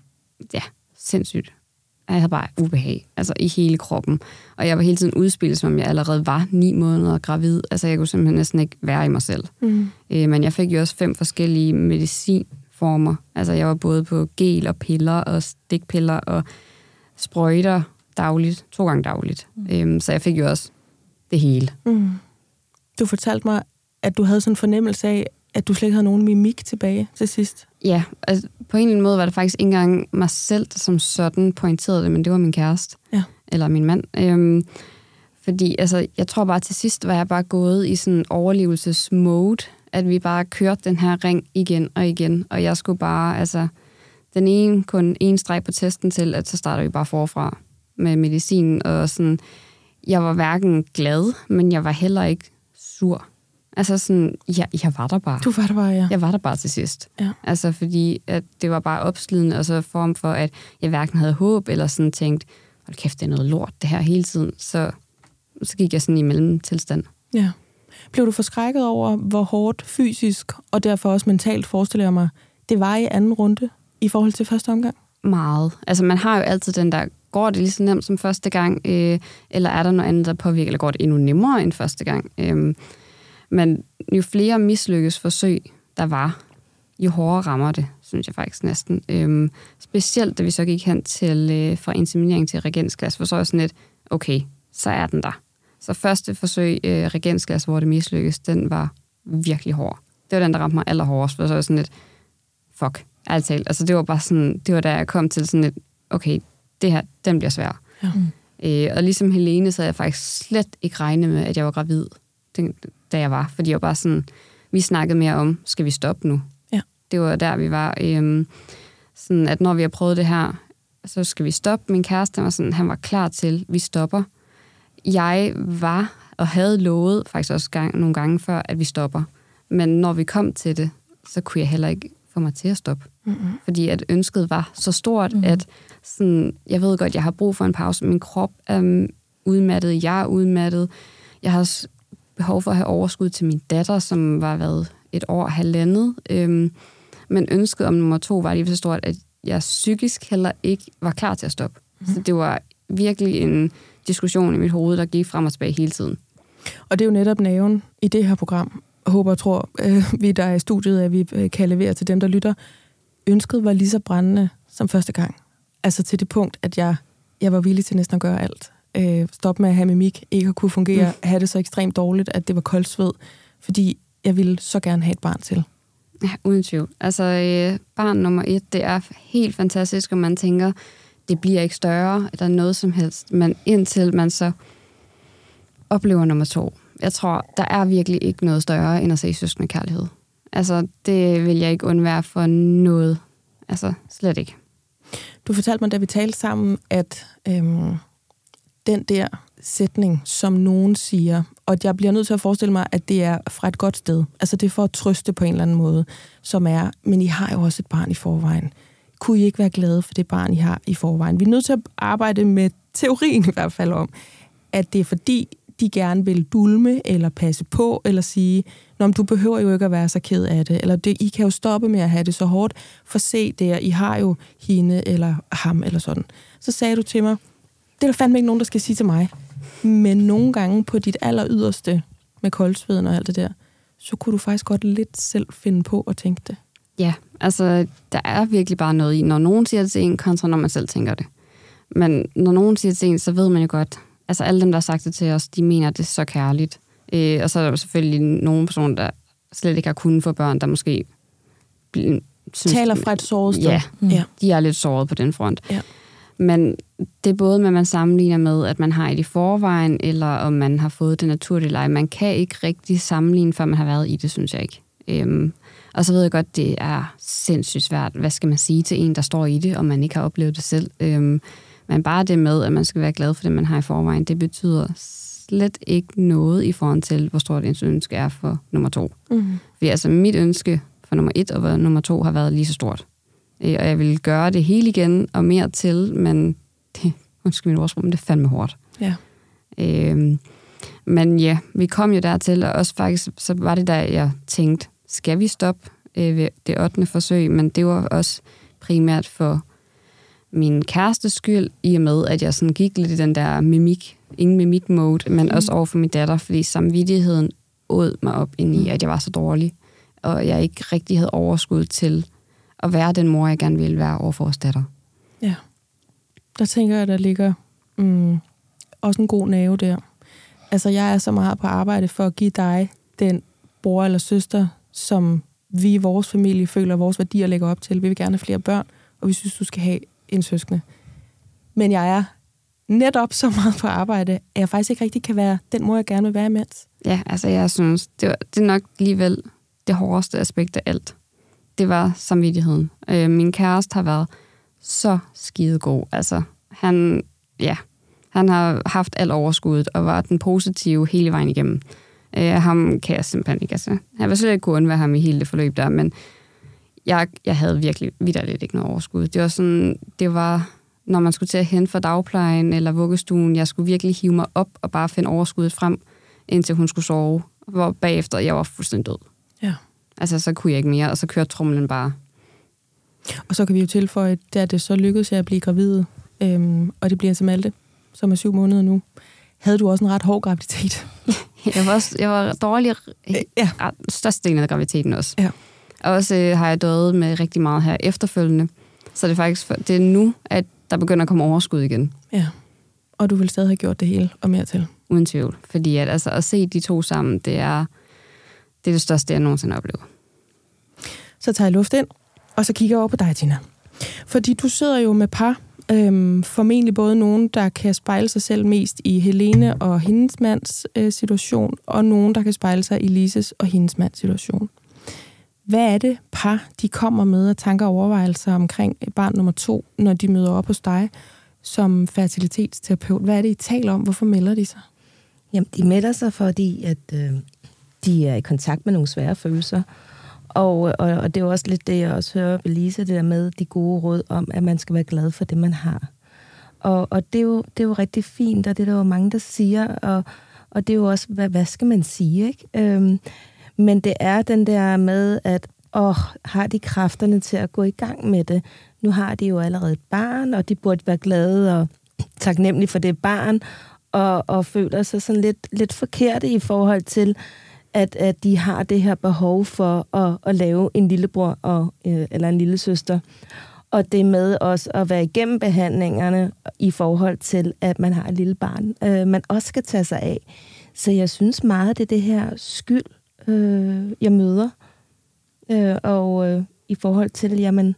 ja, sindssygt. Jeg havde bare ubehag, altså i hele kroppen. Og jeg var hele tiden udspillet, som om jeg allerede var ni måneder gravid. Altså jeg kunne simpelthen næsten ikke være i mig selv. Mm. Øh, men jeg fik jo også fem forskellige medicinformer. Altså jeg var både på gel og piller og stikpiller og sprøjter dagligt, to gange dagligt. Mm. Øh, så jeg fik jo også det hele. Mm. Du fortalte mig, at du havde sådan en fornemmelse af, at du slet ikke havde nogen mimik tilbage til sidst. Ja, altså på en eller anden måde var det faktisk ikke engang mig selv, der som sådan pointerede det, men det var min kæreste. Ja. Eller min mand. Øhm, fordi altså, jeg tror bare til sidst var jeg bare gået i sådan en overlevelsesmode, at vi bare kørte den her ring igen og igen, og jeg skulle bare, altså, den ene kun en streg på testen til, at så starter vi bare forfra med medicinen, og sådan, jeg var hverken glad, men jeg var heller ikke sur. Altså sådan, ja, jeg var der bare. Du var der bare, ja. Jeg var der bare til sidst. Ja. Altså fordi, at det var bare opslidende, og så form for, at jeg hverken havde håb, eller sådan tænkt, hold kæft, det er noget lort, det her hele tiden. Så, så gik jeg sådan i mellemtilstand. Ja. Blev du forskrækket over, hvor hårdt fysisk, og derfor også mentalt, forestiller jeg mig, det var i anden runde, i forhold til første omgang? Meget. Altså man har jo altid den der, går det lige så nemt som første gang, øh, eller er der noget andet, der påvirker, eller går det endnu nemmere end første gang? Øh, Men jo flere mislykkes forsøg, der var, jo hårdere rammer det, synes jeg faktisk næsten. Øhm, specielt da vi så gik hen til, øh, fra inseminering til regensglas, for så er sådan lidt, okay, så er den der. Så første forsøg, øh, regensglas, hvor det mislykkes, den var virkelig hård. Det var den, der ramte mig allerhårdest, for så var sådan lidt, fuck, alt talt. Altså det var bare sådan, det var da jeg kom til sådan lidt, okay, det her, den bliver svær. Ja. Øh, og ligesom Helene, så havde jeg faktisk slet ikke regnet med, at jeg var gravid, den, da jeg var. Fordi jeg var bare sådan, vi snakkede mere om, skal vi stoppe nu? Ja. Det var der, vi var. Øhm, sådan, at når vi har prøvet det her, så skal vi stoppe. Min kæreste var sådan, han var klar til, vi stopper. Jeg var og havde lovet faktisk også gang, nogle gange før, at vi stopper. Men når vi kom til det, så kunne jeg heller ikke få mig til at stoppe. Mm-hmm. Fordi at ønsket var så stort, mm-hmm. at sådan, jeg ved godt, jeg har brug for en pause. Min krop er udmattet, jeg er udmattet. Jeg har behov for at have overskud til min datter, som var været et år halvandet. Øhm, men ønsket om nummer to var lige så stort, at jeg psykisk heller ikke var klar til at stoppe. Mm-hmm. Så det var virkelig en diskussion i mit hoved, der gik frem og tilbage hele tiden. Og det er jo netop nerven i det her program. Jeg håber og tror, øh, vi der er i studiet, at vi kan levere til dem, der lytter. Ønsket var lige så brændende som første gang. Altså til det punkt, at jeg, jeg var villig til næsten at gøre alt. Øh, stoppe med at have mimik, ikke at kunne fungere, mm. have det så ekstremt dårligt, at det var koldsved, fordi jeg ville så gerne have et barn til. Ja, uden tvivl. Altså, øh, barn nummer et, det er helt fantastisk, og man tænker, det bliver ikke større, eller noget som helst, men indtil man så oplever nummer to. Jeg tror, der er virkelig ikke noget større, end at se søskende kærlighed. Altså, det vil jeg ikke undvære for noget. Altså, slet ikke. Du fortalte mig, da vi talte sammen, at øhm, den der sætning, som nogen siger, og jeg bliver nødt til at forestille mig, at det er fra et godt sted. Altså, det er for at trøste på en eller anden måde, som er, men I har jo også et barn i forvejen. Kunne I ikke være glade for det barn, I har i forvejen? Vi er nødt til at arbejde med teorien i hvert fald om, at det er fordi, de gerne vil dulme eller passe på, eller sige, nå, men du behøver jo ikke at være så ked af det, eller det, I kan jo stoppe med at have det så hårdt, for se der, I har jo hende eller ham eller sådan. Så sagde du til mig, det er der fandme ikke nogen, der skal sige til mig, men nogle gange på dit aller yderste, med koldsveden og alt det der, så kunne du faktisk godt lidt selv finde på at tænke det. Ja, altså, der er virkelig bare noget i, når nogen siger det til en, kontra når man selv tænker det. Men når nogen siger det til en, så ved man jo godt, altså alle dem, der har sagt det til os, de mener det så kærligt. Øh, og så er der selvfølgelig nogle personer, der slet ikke har kunnet få børn, der måske synes, taler fra et såret sted. Ja, mm. ja, de er lidt såret på den front. Ja. Men det er både med, at man sammenligner med, at man har et i forvejen, eller om man har fået det naturlige leje. Man kan ikke rigtig sammenligne, før man har været i det, synes jeg ikke. Øhm, og så ved jeg godt, det er sindssygt svært. Hvad skal man sige til en, der står i det, om man ikke har oplevet det selv? Øhm, men bare det med, at man skal være glad for det, man har i forvejen, det betyder slet ikke noget i forhold til, hvor stort ens ønske er for nummer to. Mm. Fordi altså mit ønske for nummer et og nummer to har været lige så stort. Og jeg vil gøre det hele igen og mere til, men det, undskyld mit ordsprog, men det er fandme hårdt. Ja. Øhm, men ja, vi kom jo dertil, og også faktisk, så var det der, jeg tænkte, skal vi stoppe øh, ved det ottende forsøg? Men det var også primært for min kærestes skyld, i og med, at jeg sådan gik lidt i den der mimik, ingen mimik-mode, men mm. også over for min datter, fordi samvittigheden åd mig op ind i, at jeg var så dårlig, og jeg ikke rigtig havde overskud til at være den mor, jeg gerne ville være over for vores datter. Ja. Der tænker jeg, der ligger mm, også en god nerve der. Altså, jeg er så meget på arbejde for at give dig den bror eller søster, som vi i vores familie føler, at vores værdier lægger op til. Vi vil gerne have flere børn, og vi synes, du skal have en søskende. Men jeg er netop så meget på arbejde, at jeg faktisk ikke rigtig kan være den mor, jeg gerne vil være imens. Ja, altså jeg synes, det, var, det er nok alligevel det hårdeste aspekt af alt. Det var samvittigheden. Øh, min kæreste har været så skidegod. Altså, han, ja, han har haft alt overskuddet og var den positive hele vejen igennem. Øh, ham kan jeg simpelthen ikke. Altså, jeg vil slet ikke kunne undvære ham i hele det forløb der, men jeg, jeg havde virkelig vitterligt ikke noget overskud. Det var sådan, det var, når man skulle til at hente fra dagplejen eller vuggestuen, jeg skulle virkelig hive mig op og bare finde overskuddet frem, indtil hun skulle sove, hvor bagefter jeg var fuldstændig død. Ja. Altså, så kunne jeg ikke mere, og så kørte tromlen bare. Og så kan vi jo tilføje, at da det så lykkedes jeg at blive gravid, øhm, og det bliver til Malte, som er syv måneder nu, havde du også en ret hård graviditet. jeg, var også, jeg var dårlig ja. størstedelen af graviditeten også. Ja. Og også øh, har jeg døjet med rigtig meget her efterfølgende. Så det er faktisk det er nu, at der begynder at komme overskud igen. Ja, og du vil stadig have gjort det hele og mere til. Uden tvivl. Fordi at, altså, at se de to sammen, det er det, er det største, jeg nogensinde har oplevet. Så tager jeg luft ind, og så kigger jeg over på dig, Tina. Fordi du sidder jo med par, øhm, formentlig både nogen, der kan spejle sig selv mest i Helene og hendes mands øh, situation, og nogen, der kan spejle sig i Lises og hendes mands situation. Hvad er det par, de kommer med af tanker og overvejelser omkring barn nummer to, når de møder op hos dig som fertilitetsterapeut? Hvad er det, I taler om? Hvorfor melder de sig? Jamen, de melder sig, fordi at, øh, de er i kontakt med nogle svære følelser. Og, og, og det er jo også lidt det, jeg også hører ved Lise, det der med de gode råd om, at man skal være glad for det, man har. Og, og det, er jo, det er jo rigtig fint, og det er der jo mange, der siger, og, og det er jo også, hvad, hvad skal man sige, ikke? Øhm, men det er den der med, at åh, har de kræfterne til at gå i gang med det? Nu har de jo allerede et barn, og de burde være glade og taknemmelige for det barn, og, og føler sig sådan lidt, lidt forkerte i forhold til, at, at de har det her behov for at, at lave en lillebror og, øh, eller en lille søster. Og det med også at være igennem behandlingerne i forhold til, at man har et lille barn, øh, man også skal tage sig af. Så jeg synes meget, det er det her skyld, øh, jeg møder. Øh, og øh, i forhold til, jamen,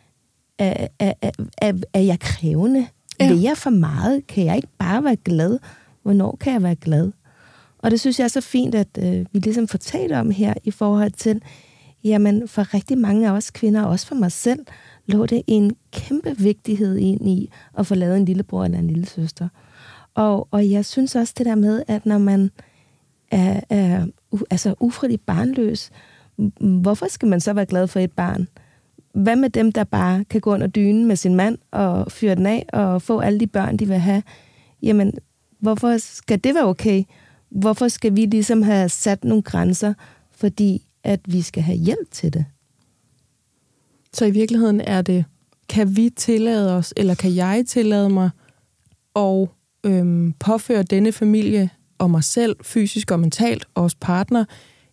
er, er, er, er jeg krævende? Ja. Vil jeg for meget? Kan jeg ikke bare være glad? Hvornår kan jeg være glad? Og det synes jeg er så fint, at øh, vi ligesom får talt om her i forhold til, jamen for rigtig mange af os kvinder, og også for mig selv, lå det en kæmpe vigtighed ind i at få lavet en lillebror eller en lille søster. Og, og jeg synes også det der med, at når man er, er u, altså ufrivilligt barnløs, hvorfor skal man så være glad for et barn? Hvad med dem, der bare kan gå under dynen med sin mand og fyre den af og få alle de børn, de vil have? Jamen, hvorfor skal det være okay? hvorfor skal vi ligesom have sat nogle grænser, fordi at vi skal have hjælp til det? Så i virkeligheden er det, kan vi tillade os, eller kan jeg tillade mig at øhm, påføre denne familie og mig selv, fysisk og mentalt, og vores partner,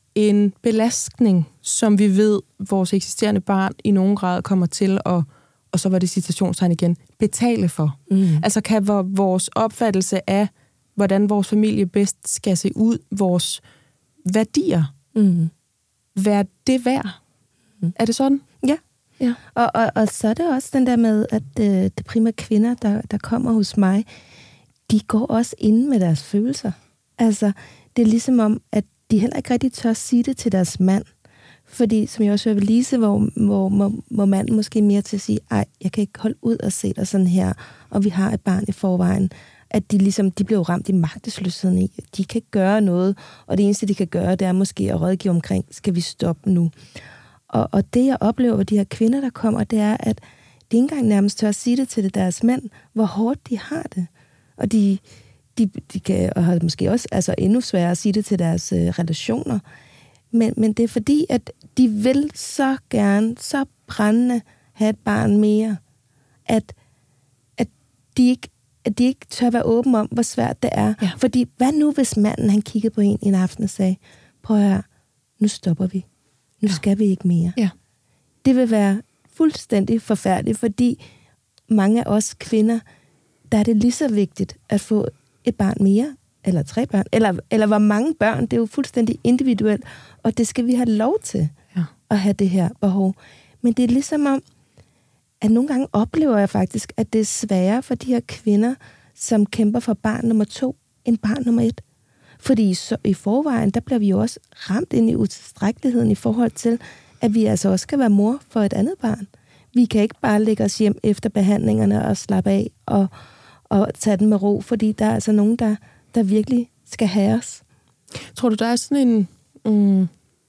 en belastning, som vi ved, vores eksisterende barn i nogen grad kommer til at, og så var det citationstegn igen, betale for. Mm. Altså kan vores opfattelse af, hvordan vores familie bedst skal se ud, vores værdier, mm. være det værd? Mm. Er det sådan? Ja. ja. Og, og, og så er det også den der med, at øh, det primært kvinder, der, der kommer hos mig, de går også inde med deres følelser. Altså, det er ligesom om, at de heller ikke rigtig tør sige det til deres mand. Fordi, som jeg også hører ved Lise, hvor, hvor, hvor, hvor manden måske mere til at sige, ej, jeg kan ikke holde ud og se dig sådan her, og vi har et barn i forvejen. At de ligesom, de bliver ramt i magtesløsheden i. De kan ikke gøre noget, og det eneste, de kan gøre, det er måske at rådgive omkring, skal vi stoppe nu? Og, og det, jeg oplever ved de her kvinder, der kommer, det er, at de ikke engang nærmest tør at sige det til deres mænd, hvor hårdt de har det. Og de, de, de kan og har måske også altså endnu sværere at sige det til deres øh, relationer. Men, men det er fordi, at de vil så gerne, så brændende have et barn mere, at, at, de ikke, at de ikke tør være åbne om, hvor svært det er. Ja. Fordi hvad nu, hvis manden han kiggede på en en aften og sagde, prøv at høre, nu stopper vi. Nu ja. skal vi ikke mere. Ja. Det vil være fuldstændig forfærdeligt, fordi mange af os kvinder, der er det lige så vigtigt at få et barn mere, eller tre børn, eller, eller hvor mange børn, det er jo fuldstændig individuelt, og det skal vi have lov til ja. at have det her behov. Men det er ligesom om, at nogle gange oplever jeg faktisk, at det er sværere for de her kvinder, som kæmper for barn nummer to, end barn nummer et. Fordi så, i forvejen, der bliver vi jo også ramt ind i utilstrækkeligheden i forhold til, at vi altså også skal være mor for et andet barn. Vi kan ikke bare lægge os hjem efter behandlingerne og slappe af og, og tage den med ro, fordi der er altså nogen, der, der virkelig skal have os. Tror du, der er sådan en... Mm,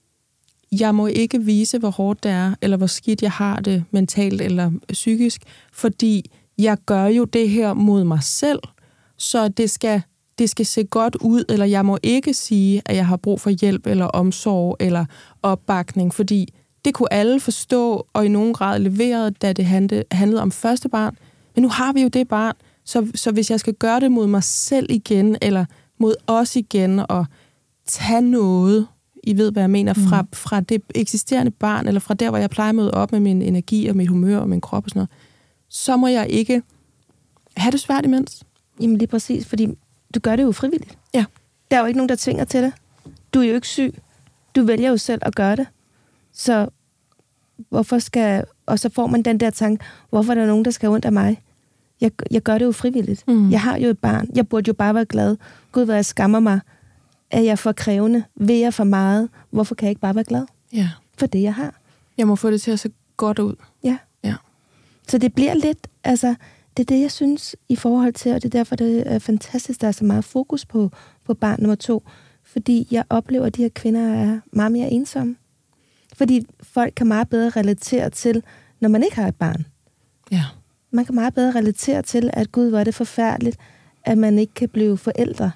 jeg må ikke vise, hvor hårdt det er, eller hvor skidt jeg har det mentalt eller psykisk, fordi jeg gør jo det her mod mig selv, så det skal... det skal se godt ud, eller jeg må ikke sige, at jeg har brug for hjælp, eller omsorg, eller opbakning, fordi det kunne alle forstå, og i nogen grad levere, da det handlede om første barn. Men nu har vi jo det barn, så, så hvis jeg skal gøre det mod mig selv igen, eller mod os igen, og tage noget, I ved, hvad jeg mener, fra, mm. fra det eksisterende barn, eller fra der, hvor jeg plejer at møde op med min energi, og mit humør, og min krop og sådan noget, så må jeg ikke have det svært imens. Jamen lige præcis, fordi du gør det jo frivilligt. Ja. Der er jo ikke nogen, der tvinger til det. Du er jo ikke syg. Du vælger jo selv at gøre det. Så hvorfor skal... Og så får man den der tanke, hvorfor er der nogen, der skal ondt af mig? Jeg, jeg gør det jo frivilligt. Mm. Jeg har jo et barn. Jeg burde jo bare være glad. Gud, hvad jeg skammer mig. Er jeg for krævende? Vil jeg for meget? Hvorfor kan jeg ikke bare være glad? Ja. For det, jeg har. Jeg må få det til at se godt ud. Ja. Ja. Så det bliver lidt... altså det er det, jeg synes i forhold til, og det er derfor, det er fantastisk, der er så meget fokus på, på barn nummer to. Fordi jeg oplever, at de her kvinder er meget mere ensomme. Fordi folk kan meget bedre relatere til, når man ikke har et barn. Ja. Man kan meget bedre relatere til, at gud, hvor er det forfærdeligt, at man ikke kan blive forældre.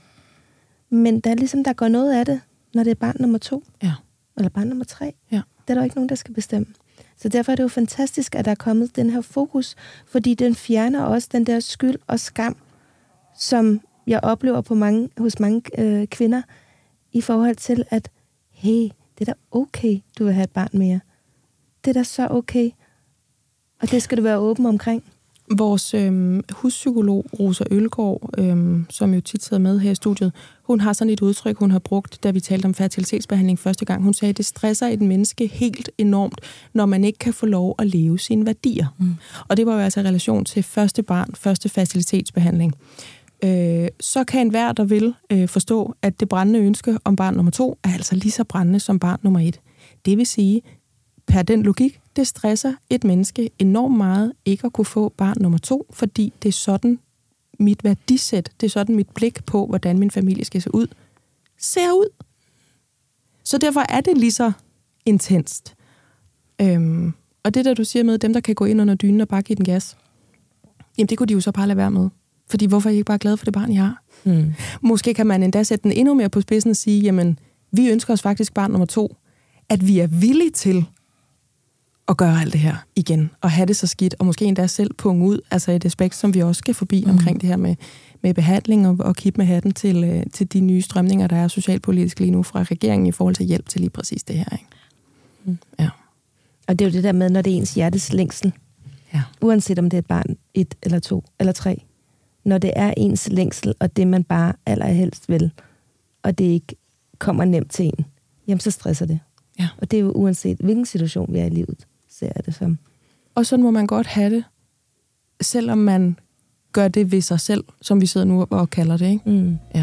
Men der er ligesom, der går noget af det, når det er barn nummer to. Ja. Eller barn nummer tre. Ja. Det er der ikke nogen, der skal bestemme. Så derfor er det jo fantastisk, at der er kommet den her fokus, fordi den fjerner også den der skyld og skam, som jeg oplever på mange, hos mange øh, kvinder, i forhold til, at hey, det er da okay, du vil have et barn mere. Det er da så okay, og det skal du være åben omkring. Vores øh, huspsykolog, Rosa Ølgaard, øh, som jo tit sidder med her i studiet, hun har sådan et udtryk, hun har brugt, da vi talte om fertilitetsbehandling første gang. Hun sagde, at det stresser et menneske helt enormt, når man ikke kan få lov at leve sine værdier. Mm. Og det var jo altså i relation til første barn, første fertilitetsbehandling. Øh, så kan enhver, der vil øh, forstå, at det brændende ønske om barn nummer to, er altså lige så brændende som barn nummer et. Det vil sige, per den logik, det stresser et menneske enormt meget ikke at kunne få barn nummer to, fordi det er sådan mit værdisæt, det er sådan mit blik på, hvordan min familie skal se ud, ser ud. Så derfor er det lige så intenst. Øhm, og det der, du siger med dem, der kan gå ind under dynen og bare give den gas, jamen det kunne de jo så bare lade være med. Fordi hvorfor er I ikke bare glade for det barn, I har? Mm. Måske kan man endda sætte den endnu mere på spidsen og sige, jamen, vi ønsker os faktisk barn nummer to, at vi er villige til at gøre alt det her igen, og have det så skidt, og måske endda selv punge ud, altså et aspekt, som vi også skal forbi mm. omkring det her med, med behandling, og, og kigge med hatten til, til de nye strømninger, der er socialpolitisk lige nu fra regeringen i forhold til hjælp til lige præcis det her. Ikke? Mm. Ja. Og det er jo det der med, når det er ens hjertes længsel, ja. uanset om det er et barn, et eller to eller tre, når det er ens længsel, og det man bare allerhelst vil, og det ikke kommer nemt til en, jamen så stresser det. Ja. Og det er jo uanset, hvilken situation vi er i livet, ser jeg det som. Og sådan må man godt have det, selvom man gør det ved sig selv, som vi sidder nu og kalder det, ikke? Mm. Ja.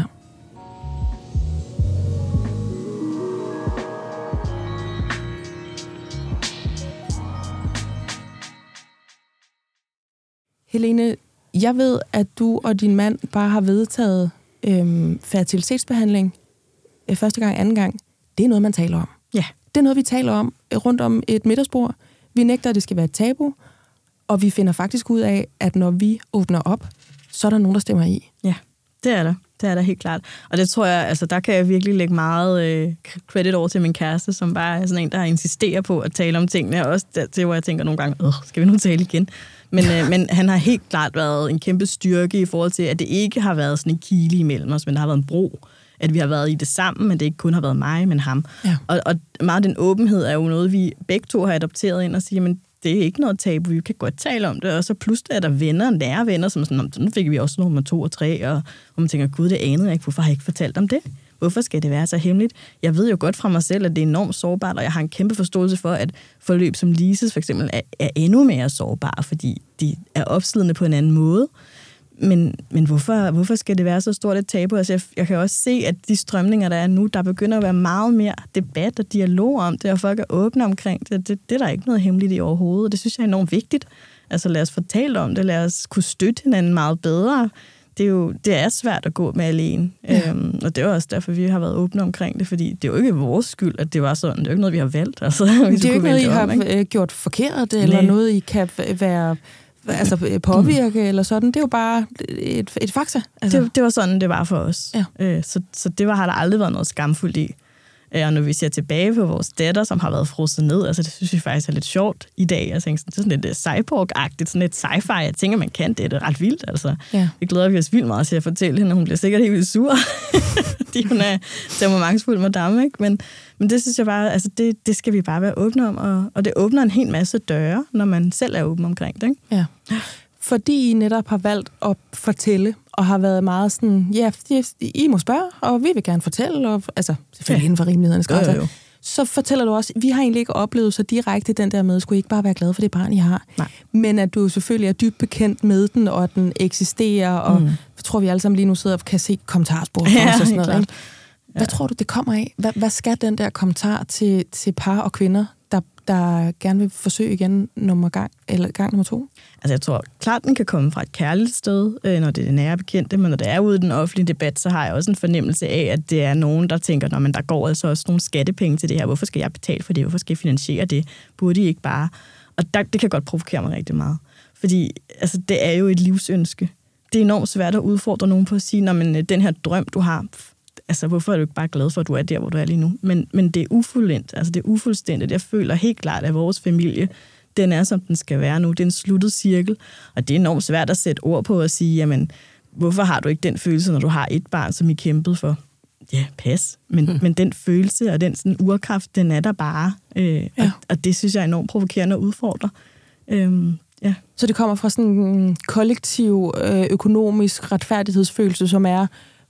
Helene, jeg ved, at du og din mand bare har vedtaget øhm, fertilitetsbehandling øh, første gang, anden gang. Det er noget, man taler om. Ja. Det er noget, vi taler om rundt om et middagsbord. Vi nægter, at det skal være et tabu, og vi finder faktisk ud af, at når vi åbner op, så er der nogen, der stemmer i. Ja, det er der. Det er der helt klart. Og det tror jeg, altså der kan jeg virkelig lægge meget øh, credit over til min kæreste, som bare er sådan en, der insisterer på at tale om tingene. Og også det, hvor jeg tænker nogle gange, øh, skal vi nu tale igen? Men, øh, men han har helt klart været en kæmpe styrke i forhold til, at det ikke har været sådan en kile imellem os, men der har været en bro. At vi har været i det sammen, men det ikke kun har været mig, men ham. Ja. Og, og meget den åbenhed er jo noget, vi begge to har adopteret ind og siger, men det er ikke noget tabu, vi kan godt tale om det. Og så pludselig er der venner, nære venner, som sådan, nu fik vi også nummer to og tre, og, og man tænker, gud, det anede jeg ikke, hvorfor har jeg ikke fortalt om det? Hvorfor skal det være så hemmeligt? Jeg ved jo godt fra mig selv, at det er enormt sårbart, og jeg har en kæmpe forståelse for, at forløb som Lises for eksempel er, er endnu mere sårbare, fordi de er opslidende på en anden måde. Men, men hvorfor, hvorfor skal det være så stort et tabu? Altså jeg, jeg kan også se, at de strømninger, der er nu, der begynder at være meget mere debat og dialog om det, og folk er åbne omkring det. Det, det er der ikke noget hemmeligt i overhovedet, og det synes jeg er enormt vigtigt. Altså lad os fortælle om det, lad os kunne støtte hinanden meget bedre. Det er jo det er svært at gå med alene, ja. øhm, og det er også derfor, vi har været åbne omkring det, fordi det er jo ikke vores skyld, at det var sådan. Det er jo ikke noget, vi har valgt. Altså, det er jo ikke noget, I har om, gjort forkert, eller Nej. noget, I kan være... altså påvirke mm. eller sådan. Det er jo bare et, et fakta. Altså. Det, det var sådan, det var for os. Ja. Øh, så, så det var, har der aldrig været noget skamfuldt i. Og når vi ser tilbage på vores datter, som har været frosset ned, altså det synes vi faktisk er lidt sjovt i dag. Jeg tænker, det er sådan lidt cyborg-agtigt, sådan lidt sci-fi. Jeg tænker, man kan det. Det er ret vildt, altså. Ja. Vi glæder vi os vildt meget til at fortælle hende, hun bliver sikkert helt vildt sur. Fordi hun er temperamentsfuld madame, ikke? Men, men det synes jeg bare, altså det, det skal vi bare være åbne om, og, og det åbner en hel masse døre, når man selv er åben omkring det, ikke? Ja. Fordi I netop har valgt at fortælle, og har været meget sådan, ja, I må spørge, og vi vil gerne fortælle, og, altså selvfølgelig ja. inden for rimelighedernes grænser. Jo, jo. Så fortæller du også, vi har egentlig ikke oplevet så direkte den der med, skulle I ikke bare være glade for det barn, I har? Nej. Men at du selvfølgelig er dybt bekendt med den, og at den eksisterer, og mm. jeg tror, vi alle sammen lige nu sidder og kan se kommentarspor ja, og sådan noget. Ikke? Hvad Ja. tror du, det kommer af? Hvad, hvad skal den der kommentar til, til par og kvinder, der, der gerne vil forsøge igen nummer gang, eller gang nummer to? Altså jeg tror klart, den kan komme fra et kærligt sted, øh, når det er det nære bekendte, men når det er ude i den offentlige debat, så har jeg også en fornemmelse af, at det er nogen, der tænker, nå, men der går altså også nogle skattepenge til det her. Hvorfor skal jeg betale for det? Hvorfor skal jeg finansiere det? Burde I ikke bare? Og der, det kan godt provokere mig rigtig meget. Fordi altså, det er jo et livsønske. Det er enormt svært at udfordre nogen på at sige, nå, men den her drøm, du har, altså hvorfor er du ikke bare glad for, at du er der, hvor du er lige nu? Men, men det er ufuldendt, altså det er ufuldstændigt. Jeg føler helt klart, at vores familie, den er, som den skal være nu. Det er en sluttet cirkel, og det er enormt svært at sætte ord på og sige, jamen, hvorfor har du ikke den følelse, når du har et barn, som I kæmpede for? Ja, pas. Men, mm. men den følelse og den sådan urkraft, den er der bare. Øh, ja. og, og det synes jeg er enormt provokerende at udfordre. Øhm, ja. Så det kommer fra sådan en kollektiv øh, økonomisk retfærdighedsfølelse, som er,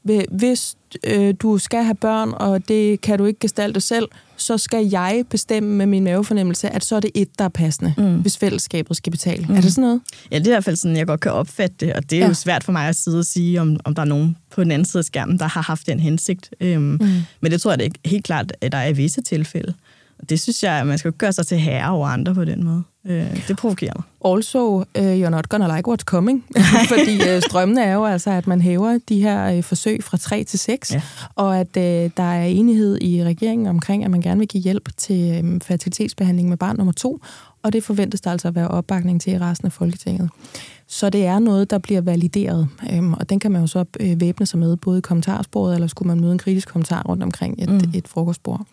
hvis øh, du skal have børn, og det kan du ikke gestalte selv, så skal jeg bestemme med min mavefornemmelse, at så er det et, der er passende, mm. hvis fællesskabet skal betale. Mm. Er det sådan noget? Ja, det er i hvert fald sådan, jeg godt kan opfatte det, og det er ja. jo svært for mig at sidde og sige, om, om der er nogen på den anden side af skærmen, der har haft den hensigt. Øhm, mm. Men det tror jeg det er helt klart, at der er visse tilfælde. Og det synes jeg, at man skal gøre sig til herre over andre på den måde. Øh, det provokerer mig. Also, uh, you're not gonna like what's coming. Fordi uh, strømmene er jo altså, at man hæver de her uh, forsøg fra tre til seks, ja. Og at uh, der er enighed i regeringen omkring, at man gerne vil give hjælp til um, fertilitetsbehandling med barn nummer to, og det forventes der altså at være opbakning til i resten af Folketinget. Så det er noget, der bliver valideret, um, og den kan man jo så uh, væbne sig med, både i kommentarsporet, eller skulle man møde en kritisk kommentar rundt omkring et, mm. et frokostbord.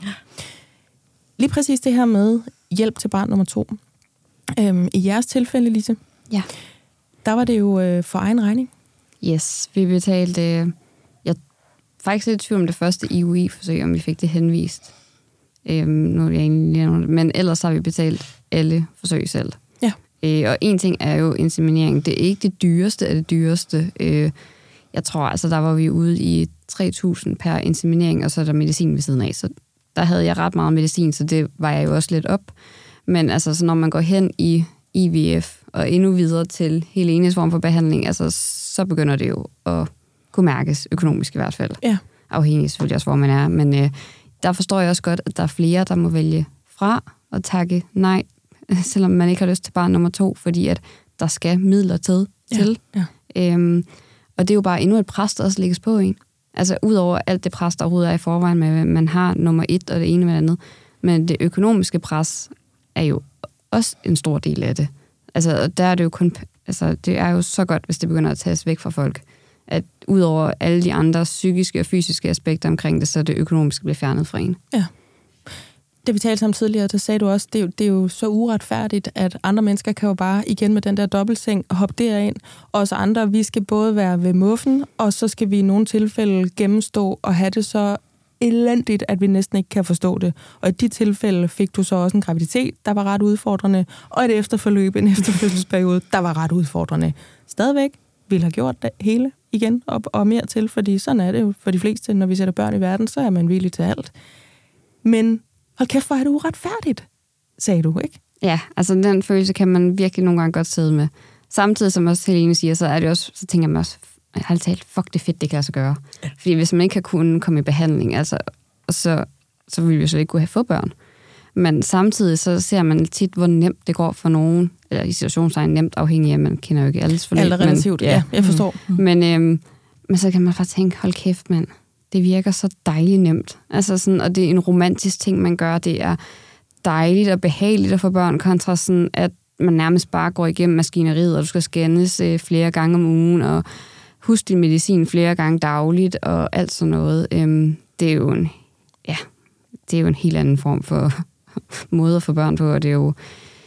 Lige præcis det her med hjælp til barn nummer to. Øhm, I jeres tilfælde, Lise, ja. Der var det jo øh, for egen regning. Yes, vi betalte... Øh, jeg er faktisk lidt i tvivl om det første I U I-forsøg, om vi fik det henvist. Øhm, nu er jeg egentlig lige, men ellers har vi betalt alle forsøg selv. Ja. Øh, og en ting er jo inseminering. Det er ikke det dyreste af det dyreste. Øh, jeg tror, altså der var vi ude i tre tusind per inseminering, og så er der medicin ved siden af. Så der havde jeg ret meget medicin, så det var jeg jo også lidt op. Men altså, så når man går hen i I V F og endnu videre til hele enhedsform for behandling, altså, så begynder det jo at kunne mærkes økonomisk i hvert fald. Ja. Afhængig selvfølgelig også, hvor man er. Men øh, der forstår jeg også godt, at der er flere, der må vælge fra og takke nej, selvom man ikke har lyst til barn nummer to, fordi at der skal midler til. Ja. til. Ja. Øhm, og det er jo bare endnu et pres, der også lægges på en. Altså, udover alt det pres, der overhovedet er i forvejen med, at man har nummer et og det ene med det andet. Men det økonomiske pres er jo også en stor del af det. Altså, der er det jo kun, altså, det er jo så godt, hvis det begynder at tages væk fra folk. At udover alle de andre psykiske og fysiske aspekter omkring det, så er det økonomiske bliver fjernet fra en. Ja. Det vi talte om tidligere, der sagde du også, det er, jo, det er jo så uretfærdigt, at andre mennesker kan jo bare igen med den der dobbeltseng hoppe derind, og os andre, vi skal både være ved muffen, og så skal vi i nogle tilfælde gennemstå og have det så elendigt, at vi næsten ikke kan forstå det. Og i de tilfælde fik du så også en graviditet, der var ret udfordrende, og et efterforløb, en efterfødselsperiode, der var ret udfordrende. Stadigvæk ville have gjort det hele igen og, og mere til, fordi sådan er det jo for de fleste, når vi sætter børn i verden, så er man villig til alt. Men hold kæft, hvor er det uretfærdigt, sagde du, ikke? Ja, altså den følelse kan man virkelig nogle gange godt sidde med. Samtidig, som også Helene siger, så er det også, så tænker man også, jeg har talt, fuck, det er fedt, det kan lade sig gøre. Ja. Fordi hvis man ikke har kunnet komme i behandling, altså, så, så vil vi jo så ikke kunne have få børn. Men samtidig så ser man tit, hvor nemt det går for nogen, eller i situationstegn nemt, afhængig af, man kender jo ikke alles forløb. Alt er relativt, men, ja, ja, jeg forstår. Mm. Men, øhm, men så kan man bare tænke, hold kæft, mand, det virker så dejligt nemt. Altså sådan, og det er en romantisk ting, man gør. Det er dejligt og behageligt at få børn, kontra sådan, at man nærmest bare går igennem maskineriet, og du skal scannes øh, flere gange om ugen, og husk din medicin flere gange dagligt, og alt sådan noget. Øhm, det er jo en, ja, det er jo en helt anden form for måde at få børn på, og det er jo,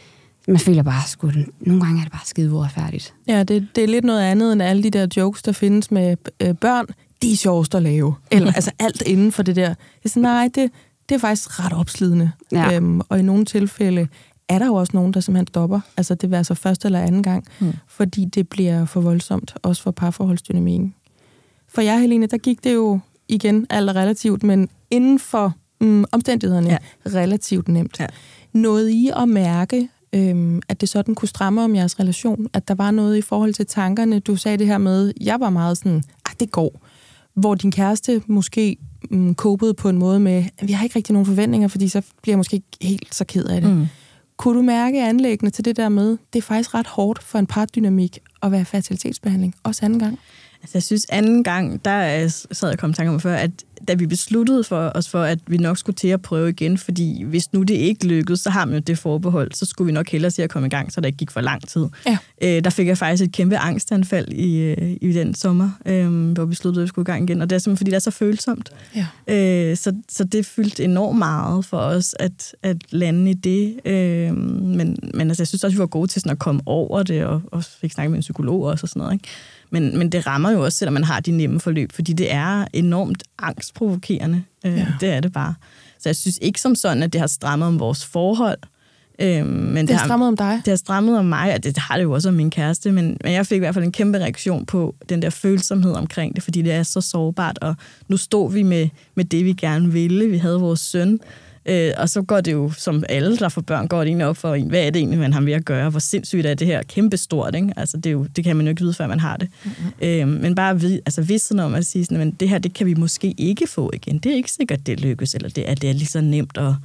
man føler bare, sgu, nogle gange er det bare skide uretfærdigt. Ja, det, det er lidt noget andet end alle de der jokes, der findes med øh, børn. De er sjovest at lave. Eller altså alt inden for det der. Jeg siger, nej, det, det er faktisk ret opslidende. Ja. Øhm, og i nogle tilfælde er der jo også nogen, der simpelthen stopper. Altså det vil altså første eller anden gang. Hmm. Fordi det bliver for voldsomt, også for parforholdsdynamikken. For jer, Helene, der gik det jo igen alt relativt, men inden for mm, omstændighederne ja. relativt nemt. Ja. Nåede I at mærke, øhm, at det sådan kunne stramme om jeres relation? At der var noget i forhold til tankerne? Du sagde det her med, jeg var meget sådan, ah, det går. Hvor din kæreste måske mm, kåbede på en måde med, vi har ikke rigtig nogen forventninger, fordi så bliver jeg måske ikke helt så ked af det. Mm. Kunne du mærke anlæggende til det der med, det er faktisk ret hårdt for en partdynamik at være fertilitetsbehandling, også anden gang? Altså, jeg synes, anden gang, der sad jeg kom i tanke om før, at da vi besluttede for os for, at vi nok skulle til at prøve igen, fordi hvis nu det ikke lykkedes, så har man jo det forbehold, så skulle vi nok hellere se at komme i gang, så der ikke gik for lang tid. Ja. Øh, der fik jeg faktisk et kæmpe angstanfald i, i den sommer, øh, hvor vi besluttede, at vi skulle i gang igen, og det er simpelthen, fordi det er så følsomt. Ja. Øh, så, så det fyldte enormt meget for os, at, at lande i det. Øh, men men altså, jeg synes også, vi var gode til sådan at komme over det, og, og fik snakket med en psykolog også og sådan noget, ikke? Men, men det rammer jo også, selvom man har de nemme forløb, fordi det er enormt angstprovokerende. Øh, ja. Det er det bare. Så jeg synes ikke som sådan, at det har strammet om vores forhold. Øh, men det, det har strammet om dig? Det har strammet om mig, og det, det har det jo også om min kæreste, men, men jeg fik i hvert fald en kæmpe reaktion på den der følsomhed omkring det, fordi det er så sårbart, og nu stod vi med, med det, vi gerne ville. Vi havde vores søn. Øh, og så går det jo, som alle, der får børn, går det egentlig op for en, hvad er det egentlig, man har ved at gøre? Hvor sindssygt er det her kæmpestort, ikke? Altså, det, er jo, det kan man jo ikke vide, før man har det. Mm-hmm. Øh, men bare vid, altså, vidsen om at sige, sådan, men det her, det kan vi måske ikke få igen. Det er ikke sikkert, det lykkes, eller det er, det er lige så nemt at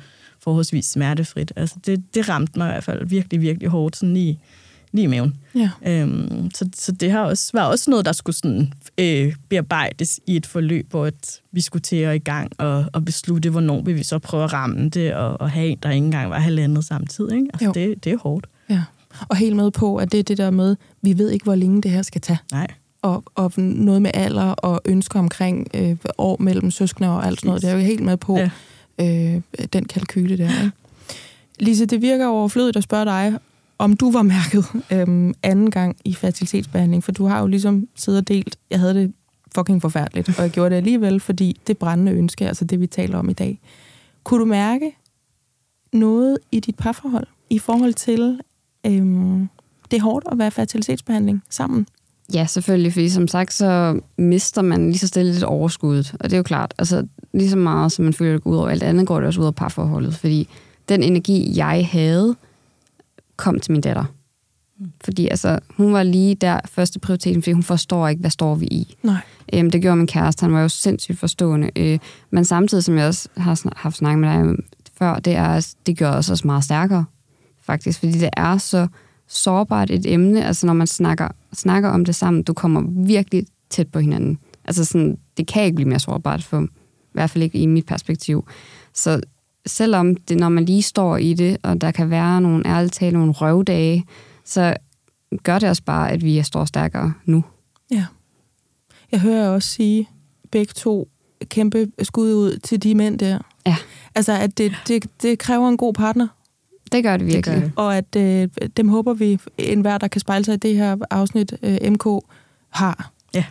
forholdsvis smertefrit. Altså det, det ramte mig i hvert fald virkelig, virkelig hårdt, sådan lige, lige i maven. Ja. Øhm, så, så det har også, var også noget, der skulle sådan, øh, bearbejdes i et forløb, hvor et, vi skulle til at i gang og, og beslutte, hvornår vil vi så prøve at ramme det, og, og have en, der ikke engang var halvandet samtidig. Ikke? Altså det, det er hårdt. Ja. Og helt med på, at det er det der med, vi ved ikke, hvor længe det her skal tage. Nej. Og, og noget med alder og ønsker omkring øh, år mellem søskende og alt sådan noget. Det er jo helt med på ja. øh, den kalkyle der. Ikke? Lise, det virker overflødigt at spørge dig, om du var mærket øh, anden gang i fertilitetsbehandling, for du har jo ligesom siddet og delt, jeg havde det fucking forfærdeligt, og jeg gjorde det alligevel, fordi det brændende ønske, altså det vi taler om i dag. Kunne du mærke noget i dit parforhold i forhold til, øh, det er hårdt at være fertilitetsbehandling sammen? Ja, selvfølgelig, fordi som sagt, så mister man lige så stille lidt overskuddet, og det er jo klart, altså lige så meget, som man føler, det går ud over alt andet, går det også ud af parforholdet, fordi den energi, jeg havde, kom til min datter. Fordi altså, hun var lige der første prioriteten, fordi hun forstår ikke, hvad står vi i. Nej. Øhm, det gjorde min kæreste, han var jo sindssygt forstående. Øh, men samtidig, som jeg også har snak- haft snakket med dig før, det er, det gør os også meget stærkere, faktisk, fordi det er så sårbart et emne, altså når man snakker, snakker om det sammen, du kommer virkelig tæt på hinanden. Altså sådan, det kan ikke blive mere sårbart, for, i hvert fald ikke i mit perspektiv. Så selvom det, når man lige står i det, og der kan være nogle ærligt tale, nogle røvdage, så gør det også bare, at vi står stærkere nu. Ja. Jeg hører også sige, begge to kæmpe skud ud til de mænd der. Ja. Altså, at det, det, det kræver en god partner. Det gør det virkelig. Det gør det. Og at øh, dem håber vi, enhver, der kan spejle sig i det her afsnit, øh, M K, har. Ja.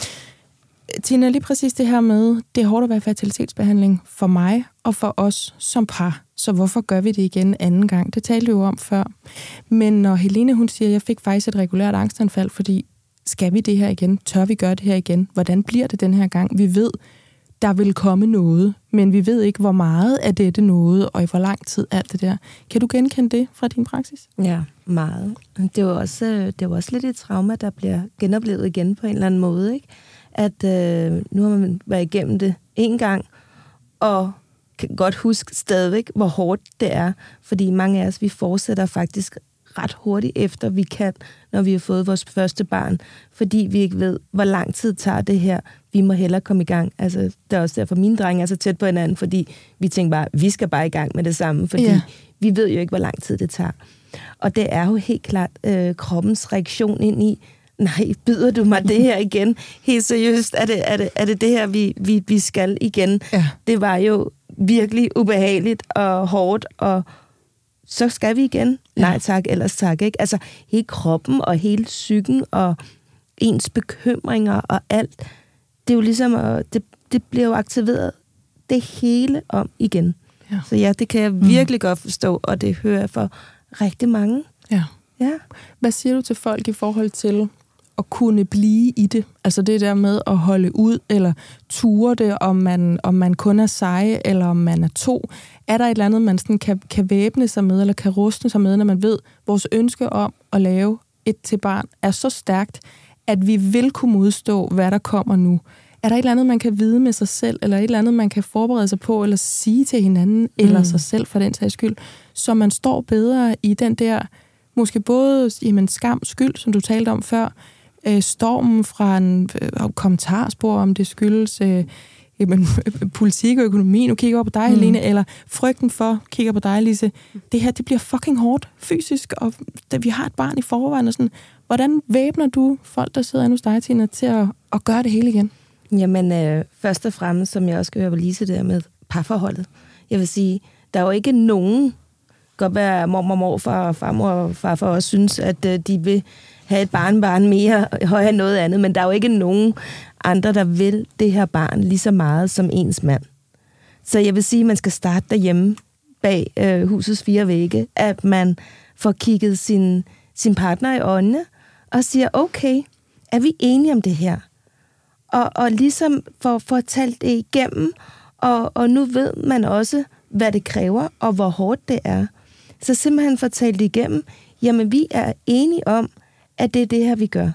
Tina, lige præcis det her med, det er hårdt at være fertilitetsbehandling for mig og for os som par. Så hvorfor gør vi det igen anden gang? Det talte vi jo om før. Men når Helene, hun siger, at jeg fik faktisk et regulært angstanfald, fordi skal vi det her igen? Tør vi gøre det her igen? Hvordan bliver det den her gang? Vi ved, der vil komme noget, men vi ved ikke, hvor meget af dette noget, og i hvor lang tid alt det der. Kan du genkende det fra din praksis? Ja, meget. Det var også, det var også lidt et trauma, der bliver genoplevet igen på en eller anden måde, ikke? At øh, nu har man været igennem det en gang, og kan godt huske stadigvæk, hvor hårdt det er, fordi mange af os, vi fortsætter faktisk ret hurtigt efter, vi kan, når vi har fået vores første barn, fordi vi ikke ved, hvor lang tid tager det her. Vi må hellere komme i gang. Altså, det er også derfor, mine drenge er så tæt på hinanden, fordi vi tænker bare, vi skal bare i gang med det samme, fordi ja. vi ved jo ikke, hvor lang tid det tager. Og det er jo helt klart øh, kroppens reaktion ind i, nej, byder du mig det her igen? Helt seriøst, er det er det, er det, det her, vi, vi, vi skal igen? Ja. Det var jo virkelig ubehageligt og hårdt, og så skal vi igen. Ja. Nej tak, ellers tak, ikke? Altså, hele kroppen og hele psyken og ens bekymringer og alt, det er jo ligesom, at det, det bliver jo aktiveret det hele om igen. Ja. Så ja, det kan jeg virkelig mm. godt forstå, og det hører jeg for rigtig mange. Ja. Ja. Hvad siger du til folk i forhold til at kunne blive i det? Altså det der med at holde ud, eller ture det, om man, om man kun er seje, eller om man er to. Er der et eller andet, man sådan kan, kan væbne sig med, eller kan ruste sig med, når man ved, at vores ønske om at lave et til barn er så stærkt, at vi vil kunne modstå, hvad der kommer nu? Er der et eller andet, man kan vide med sig selv, eller et eller andet, man kan forberede sig på, eller sige til hinanden, mm. eller sig selv for den sags skyld, så man står bedre i den der, måske både jamen, skam, skyld, som du talte om før, øh, stormen fra en øh, kommentarspor, om det skyldes øh, jamen, politik og økonomi, nu kigger jeg over på dig, mm. Helene, eller frygten for, kigger på dig, Lise, det her, det bliver fucking hårdt fysisk, og da vi har et barn i forvejen, og sådan, hvordan væbner du folk, der sidder inde hos dig, Tina, til at, at gøre det hele igen? Jamen, øh, først og fremmest, som jeg også skal høre på Lise der med parforholdet. Jeg vil sige, der er jo ikke nogen, godt være mormor, morfar og farmor og farfar også synes, at øh, de vil have et barnbarn mere højere end noget andet, men der er jo ikke nogen andre, der vil det her barn lige så meget som ens mand. Så jeg vil sige, at man skal starte derhjemme bag øh, husets fire vægge, at man får kigget sin, sin partner i øjnene og siger, okay, er vi enige om det her? Og, og ligesom får, får talt det igennem, og, og nu ved man også, hvad det kræver, og hvor hårdt det er. Så simpelthen får talt det igennem, jamen vi er enige om, at det er det her, vi gør.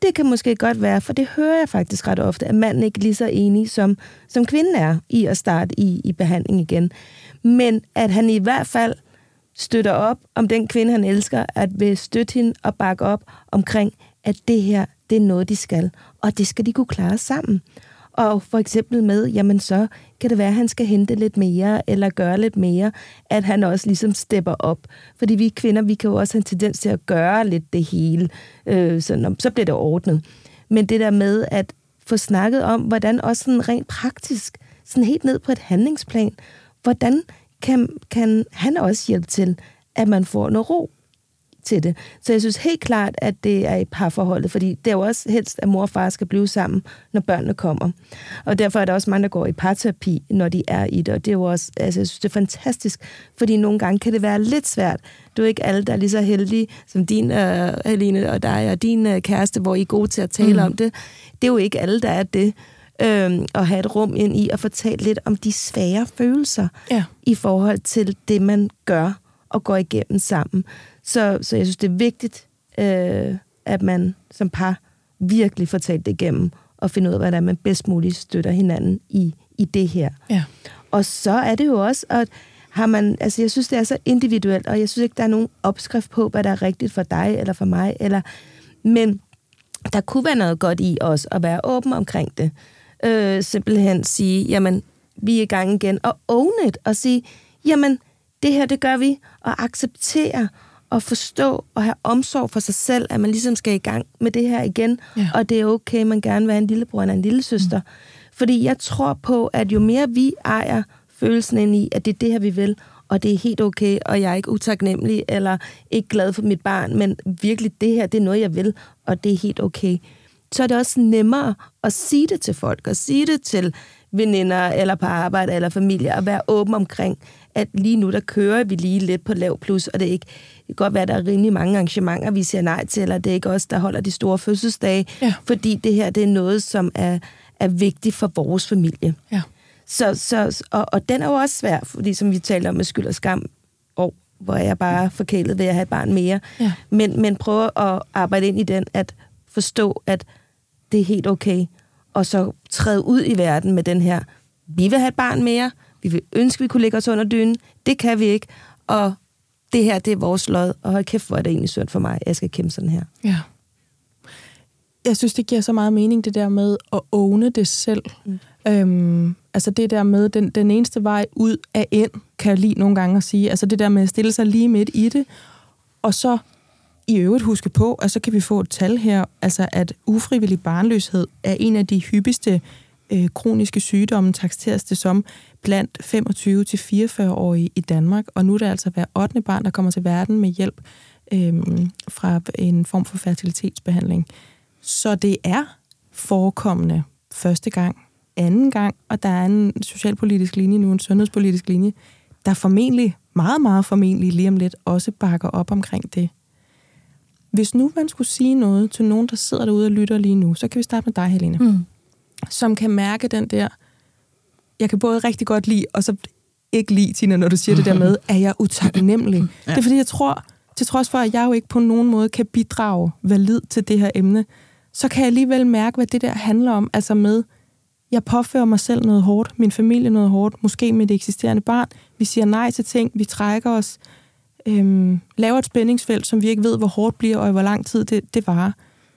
Det kan måske godt være, for det hører jeg faktisk ret ofte, at manden ikke er lige så enig, som, som kvinden er i at starte i, i behandling igen. Men at han i hvert fald støtter op om den kvinde, han elsker, at vil støtte hende og bakke op omkring, at det her, det er noget, de skal. Og det skal de kunne klare sammen. Og for eksempel med, jamen så kan det være, at han skal hente lidt mere, eller gøre lidt mere, at han også ligesom stepper op. Fordi vi kvinder, vi kan jo også have en tendens til at gøre lidt det hele, øh, så, så bliver det ordnet. Men det der med at få snakket om, hvordan også sådan rent praktisk, sådan helt ned på et handlingsplan, hvordan kan, kan han også hjælpe til, at man får noget ro til det. Så jeg synes helt klart, at det er i parforholdet, fordi det er jo også helst, at mor og far skal blive sammen, når børnene kommer. Og derfor er der også mange, der går i parterapi, når de er i det, og det er jo også, altså jeg synes, det er fantastisk, fordi nogle gange kan det være lidt svært. Du er ikke alle, der er lige så heldige, som din, uh, Helene, og dig og din uh, kæreste, hvor I er gode til at tale mm. om det. Det er jo ikke alle, der er det. Øhm, at have et rum ind i at fortælle lidt om de svære følelser ja. I forhold til det, man gør og går igennem sammen. Så, så jeg synes, det er vigtigt, øh, at man som par virkelig får talt det igennem og finde ud af, hvordan man bedst muligt støtter hinanden i, i det her. Ja. Og så er det jo også, at har man, altså jeg synes, det er så individuelt, og jeg synes ikke, der er nogen opskrift på, hvad der er rigtigt for dig eller for mig, eller, men der kunne være noget godt i os at være åben omkring det. Øh, simpelthen sige, jamen, vi er i gang igen, og own it, og sige, jamen, det her, det gør vi, og acceptere, og forstå, og have omsorg for sig selv, at man ligesom skal i gang med det her igen, ja. Og det er okay, man gerne vil have en lillebror eller en lillesøster. Mm. Fordi jeg tror på, at jo mere vi ejer følelsen ind i, at det er det her, vi vil, og det er helt okay, og jeg er ikke utaknemmelig, eller ikke glad for mit barn, men virkelig, det her, det er noget, jeg vil, og det er helt okay. Så er det også nemmere at sige det til folk, og sige det til veninder, eller på arbejde, eller familie, og være åben omkring, at lige nu, der kører vi lige lidt på lav plus, og det er ikke, det kan godt være, at der er rimelig mange arrangementer, vi siger nej til, eller det er ikke os, der holder de store fødselsdage, ja. Fordi det her, det er noget, som er, er vigtigt for vores familie. Ja. Så, så, og, og den er jo også svær, fordi som vi taler om med skyld og skam, og hvor jeg bare forkælet ved at have et barn mere, ja. men, men prøve at arbejde ind i den, at forstå, at det er helt okay, og så træde ud i verden med den her, vi vil have et barn mere, vi vil ønske, vi kunne lægge os under dynen, det kan vi ikke, og det her, det er vores lod, og hold kæft, hvor er det egentlig synd for mig, jeg skal kæmpe sådan her. Ja. Jeg synes, det giver så meget mening, det der med at åbne det selv. Mm. Øhm, altså det der med, den, den eneste vej ud af ind, kan jeg lige nogle gange at sige, altså det der med at stille sig lige midt i det, og så i øvrigt huske på, at så kan vi få et tal her, altså at ufrivillig barnløshed er en af de hyppigste øh, kroniske sygdomme, takseres det som, blandt femogtyve til fireogfyrre-årige i Danmark, og nu er det altså hver ottende barn, der kommer til verden med hjælp øh, fra en form for fertilitetsbehandling. Så det er forekommende første gang, anden gang, og der er en socialpolitisk linje nu, en sundhedspolitisk linje, der formentlig, meget, meget formentlig lige om lidt, også bakker op omkring det. Hvis nu man skulle sige noget til nogen, der sidder derude og lytter lige nu, så kan vi starte med dig, Helene, mm. som kan mærke den der, jeg kan både rigtig godt lide, og så ikke lide, Tina, når du siger det der med, at jeg er utaknemmelig. Ja. Det er fordi, jeg tror, til trods for, at jeg jo ikke på nogen måde kan bidrage valid til det her emne, så kan jeg alligevel mærke, hvad det der handler om, altså med, jeg påfører mig selv noget hårdt, min familie noget hårdt, måske med det eksisterende barn, vi siger nej til ting, vi trækker os, øhm, laver et spændingsfelt, som vi ikke ved, hvor hårdt bliver, og i hvor lang tid det, det varer.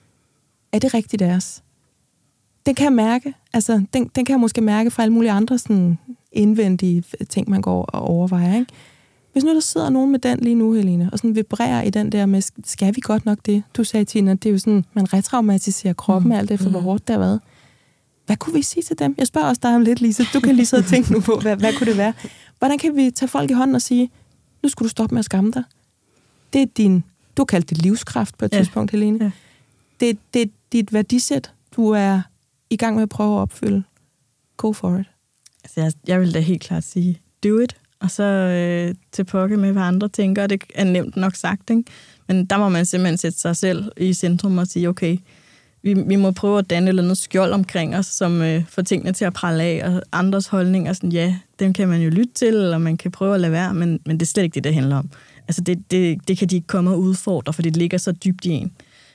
Er det rigtigt deres? Den kan jeg mærke, altså den, den kan jeg måske mærke fra alle mulige andre sådan indvendige ting, man går og overvejer, ikke? Hvis nu der sidder nogen med den lige nu, Helene, og sådan vibrerer i den der med, skal vi godt nok det? Du sagde, Tina, det er jo sådan, man retraumatiserer kroppen mm. alt efter, hvor hårdt det har været. Hvad kunne vi sige til dem? Jeg spørger også dig om lidt, Lise. Du kan lige sidde og tænke nu på, hvad, hvad kunne det være? Hvordan kan vi tage folk i hånden og sige, nu skal du stoppe med at skamme dig? Det er din, du har kaldt det livskraft på et ja. tidspunkt, Helene. Ja. Det, det er dit værdisæt, du er i gang med at prøve at opfylde. Go for it. Altså, jeg, jeg vil da helt klart sige, do it. Og så øh, til pokke med, hvad andre tænker, det er nemt nok sagt, ikke? Men der må man simpelthen sætte sig selv i centrum og sige, okay, vi, vi må prøve at danne et eller andet skjold omkring os, som øh, får tingene til at prale af, og andres holdninger, sådan, ja, dem kan man jo lytte til, eller man kan prøve at lade være, men, men det er slet ikke det, det handler om. Altså, det, det, det kan de ikke komme og udfordre, for det ligger så dybt i en.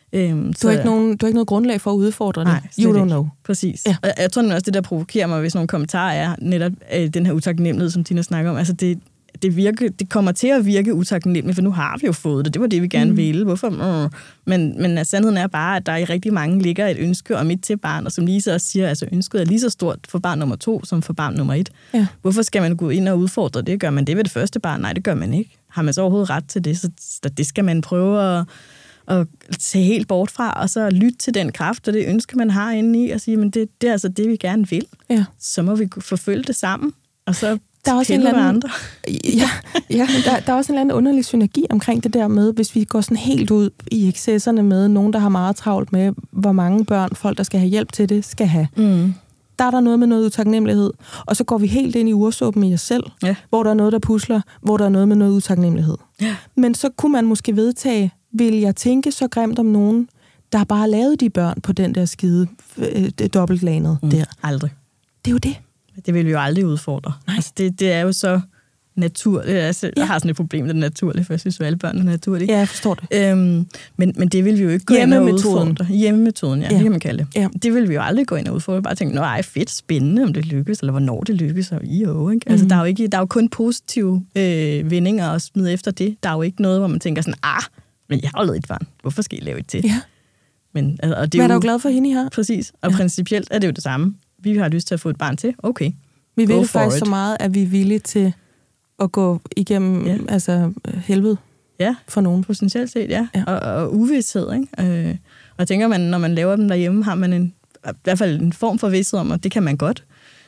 Øhm, Du så, har, ikke nogen, du har ikke noget grundlag for at udfordre det? Nej, You don't ikke. know. Præcis. Ja. Og jeg tror nemlig også, det der provokerer mig, hvis nogle kommentarer er netop øh, den her utaknemmelighed, som Tina snakker om. Altså det, det, virke, det kommer til at virke utaknemmeligt, for nu har vi jo fået det. Det var det, vi gerne mm. ville. Hvorfor? Mm. Men, men sandheden er bare, at der i rigtig mange ligger et ønske om et til barn, og som Lise også siger, altså ønsket er lige så stort for barn nummer to, som for barn nummer et. Ja. Hvorfor skal man gå ind og udfordre det? Gør man det ved det første barn? Nej, det gør man ikke. Har man så overhovedet ret til det? Så det skal man prøve at, at se helt bort fra, og så lytte til den kraft og det ønske, man har inde i, og sige, men det, det er altså det, vi gerne vil. Ja. Så må vi forfølge det sammen, og så der er også en eller anden, andre. ja, ja der, der er også en eller anden underlig synergi omkring det der med, hvis vi går sådan helt ud i ekscesserne med nogen, der har meget travlt med, hvor mange børn folk, der skal have hjælp til det, skal have. Mm. Der er der noget med noget utaknemmelighed, og så går vi helt ind i ursuppen i os selv, ja. hvor der er noget, der pusler, hvor der er noget med noget utaknemmelighed. Ja. Men så kunne man måske vedtage, vil jeg tænke så grimt om nogen, der bare har lavet de børn på den der skide øh, dobbeltlanet mm. der? Aldrig. Det er jo det. Det vil vi jo aldrig udfordre. Altså det, det er jo så naturligt. Altså, ja. Jeg har sådan et problem med det naturlige, for jeg synes jo, alle børn er naturlige. Ja, jeg forstår det. Øhm, men, men det vil vi jo ikke gå ind og udfordre. Hjemmemetoden, ja, ja. Det kan man kalde det. Ja. Det vil vi jo aldrig gå ind og udfordre. Bare tænke, nå, ej, fedt, spændende, om det lykkes, eller hvornår det lykkes, og i jo, ikke? Altså, mm. der er jo ikke, der er jo kun positive øh, vendinger at smide efter det. Der er jo ikke noget, hvor man tænker sådan, ah, men jeg har jo lavet et barn. Hvorfor skal I lave et til? Ja. Men, altså, og det er Hvad er jo, du glad for hende, I har? Præcis. Og ja. Principielt er det jo det samme. Vi har lyst til at få et barn til. Okay. Vi vil faktisk it. så meget, at vi er villige til at gå igennem ja. altså, helvede ja. for nogen. Potentielt set, ja. ja. Og, og uvidshed, ikke? Øh, og jeg tænker, man, når man laver dem derhjemme, har man en, i hvert fald en form for vidsthed om, at det kan man godt.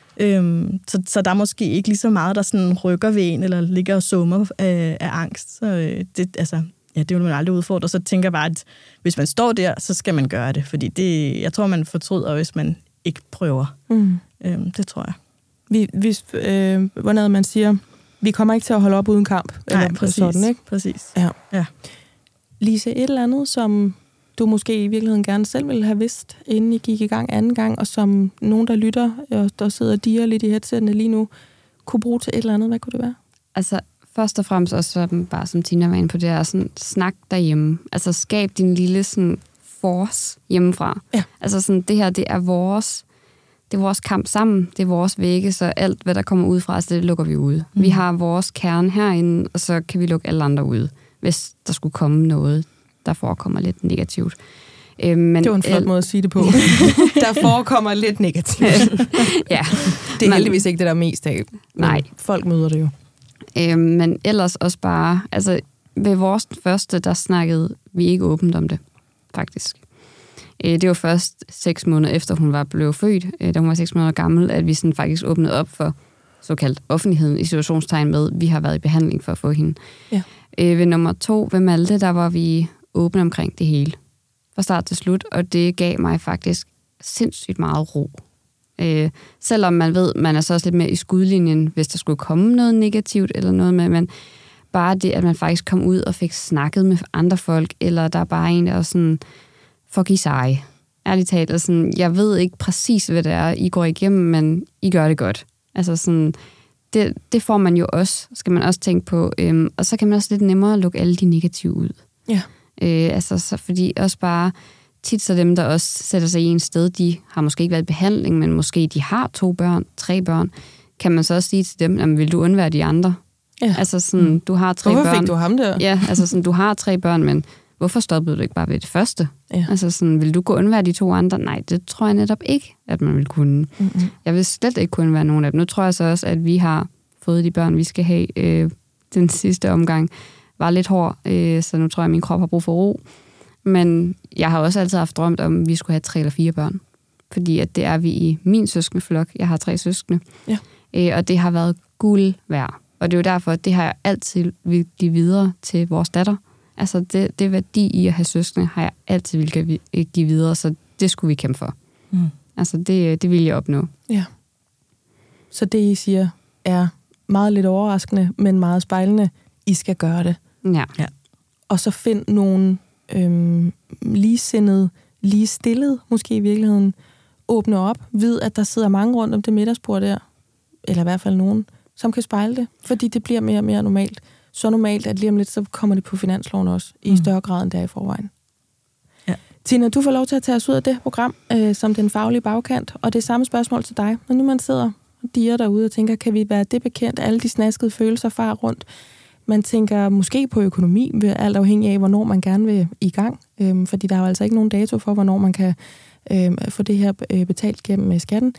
Øhm, så, så der er måske ikke lige så meget, der sådan rykker ved en, eller ligger og summer af, af angst. Så øh, det, altså, ja, det vil man aldrig udfordre. Så tænker jeg bare, at hvis man står der, så skal man gøre det. Fordi det, jeg tror, man fortryder, hvis man ikke prøver. Mm. Øhm, det tror jeg. Vi, hvis, øh, hvornår man siger, vi kommer ikke til at holde op uden kamp. Nej, eller præcis. Sådan, ikke? præcis. Ja. Ja. Lise, et eller andet, som du måske i virkeligheden gerne selv ville have vidst, inden I gik i gang anden gang, og som nogen, der lytter, og der sidder og diger lidt i headsættene lige nu, kunne bruge til et eller andet. Hvad kunne det være? Altså, først og fremmest også, som, bare som Tina var inde på, det er sådan, snak derhjemme. Altså, skab din lille sådan, force hjemmefra. Ja. Altså, sådan, det her, det er vores... Det er vores kamp sammen, det er vores vægge, så alt, hvad der kommer ud fra os, det lukker vi ud. Mm. Vi har vores kerne herinde, og så kan vi lukke alle andre ud, hvis der skulle komme noget, der forekommer lidt negativt. Øh, men det var en flot el- måde at sige det på. Der forekommer lidt negativt. Ja. Det er men, heldigvis ikke det, der er mest af. Nej. Folk møder det jo. Øh, men ellers også bare, altså ved vores første, der snakkede vi ikke åbent om det, faktisk. Det var først seks måneder efter, hun var blevet født, da hun var seks måneder gammel, at vi sådan faktisk åbnede op for såkaldt offentligheden i situationstegn med, vi har været i behandling for at få hende. Ja. Ved nummer to, ved Malte, der var vi åbne omkring det hele. Fra start til slut, og det gav mig faktisk sindssygt meget ro. Øh, selvom man ved, man er så også lidt mere i skudlinjen, hvis der skulle komme noget negativt eller noget med, men bare det, at man faktisk kom ud og fik snakket med andre folk, eller der er bare en, der er sådan... for I sig. Ærligt talt, altså sådan, jeg ved ikke præcis, hvad det er, I går igennem, men I gør det godt. Altså sådan, det, det får man jo også, skal man også tænke på. Øhm, og så kan man også lidt nemmere lukke alle de negative ud. Ja. Øh, altså, så, fordi også bare tit så dem, der også sætter sig i en sted, de har måske ikke været i behandling, men måske de har to børn, tre børn, kan man så også sige til dem, jamen, vil du undvære de andre? Ja. Altså sådan, du har tre Hvorfor børn. Hvorfor fik du ham der? Ja, altså sådan, du har tre børn, men hvorfor stoppede du ikke bare ved det første? Ja. Altså sådan, vil du gå undvære de to andre? Nej, det tror jeg netop ikke, at man vil kunne. Mm-hmm. Jeg vil slet ikke kunne være nogen af dem. Nu tror jeg så også, at vi har fået de børn, vi skal have øh, den sidste omgang. Var lidt hård, øh, så nu tror jeg, at min krop har brug for ro. Men jeg har også altid haft drømt om, at vi skulle have tre eller fire børn. Fordi at det er vi i min søskendeflok. Jeg har tre søskende. Ja. Øh, og det har været guld værd. Og det er jo derfor, at det har jeg altid vil give videre til vores datter. Altså, det, det værdi i at have søskende, har jeg altid vil give videre, så det skulle vi kæmpe for. Mm. Altså, det, det vil jeg opnå. Ja. Så det, I siger, er meget lidt overraskende, men meget spejlende. I skal gøre det. Ja. ja. Og så find nogle øhm, ligesindede, ligestillede, måske i virkeligheden, åbne op, vid, at der sidder mange rundt om det middagsbord der, eller i hvert fald nogen, som kan spejle det, fordi det bliver mere og mere normalt. Så normalt, at lige om lidt, så kommer det på finansloven også, i større grad, end det er i forvejen. Ja. Tina, du får lov til at tage os ud af det program øh, som den faglige bagkant, og det er samme spørgsmål til dig. Når nu man sidder og diger derude og tænker, kan vi være det bekendt, alle de snaskede følelser far rundt? Man tænker måske på økonomi, alt afhængig af, hvornår man gerne vil i gang, øh, fordi der er jo altså ikke nogen dato for, hvornår man kan øh, få det her øh, betalt gennem skatten.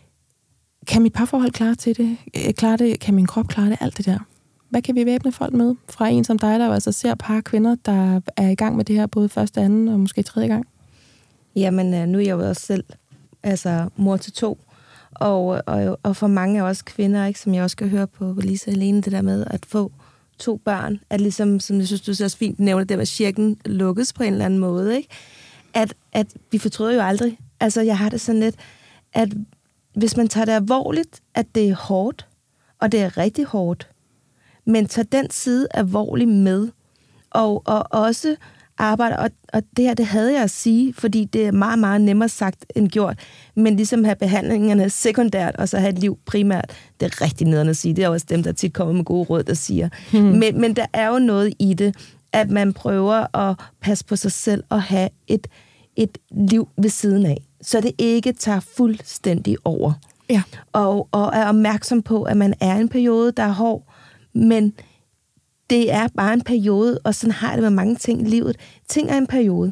Kan mit parforhold klare til det? Klare det? Kan min krop klare det? Alt det der. Hvad kan vi væbne folk med? Fra en som dig, der jo altså ser par kvinder, der er i gang med det her, både første, anden og måske tredje gang. Jamen, nu er jeg jo også selv altså mor til to. Og, og, og for mange af os kvinder, ikke, som jeg også skal høre på Lisa og Helene, det der med at få to børn, at ligesom, som jeg synes, du så fint nævner, det var cirken lukkes på en eller anden måde, ikke? At, at vi fortryder jo aldrig. Altså, jeg har det sådan lidt, at hvis man tager det alvorligt, at det er hårdt, og det er rigtig hårdt, men tager den side alvorligt med, og, og også arbejder, og, og det her, det havde jeg at sige, fordi det er meget, meget nemmere sagt end gjort, men ligesom have behandlingerne sekundært, og så have et liv primært, det er rigtig nederen at sige, det er også dem, der tit kommer med gode råd, der siger. Hmm. Men, men der er jo noget i det, at man prøver at passe på sig selv, og have et, et liv ved siden af, så det ikke tager fuldstændig over. Ja. Og, og er opmærksom på, at man er i en periode, der er hård, men det er bare en periode, og sådan har jeg det med mange ting i livet. Ting er en periode.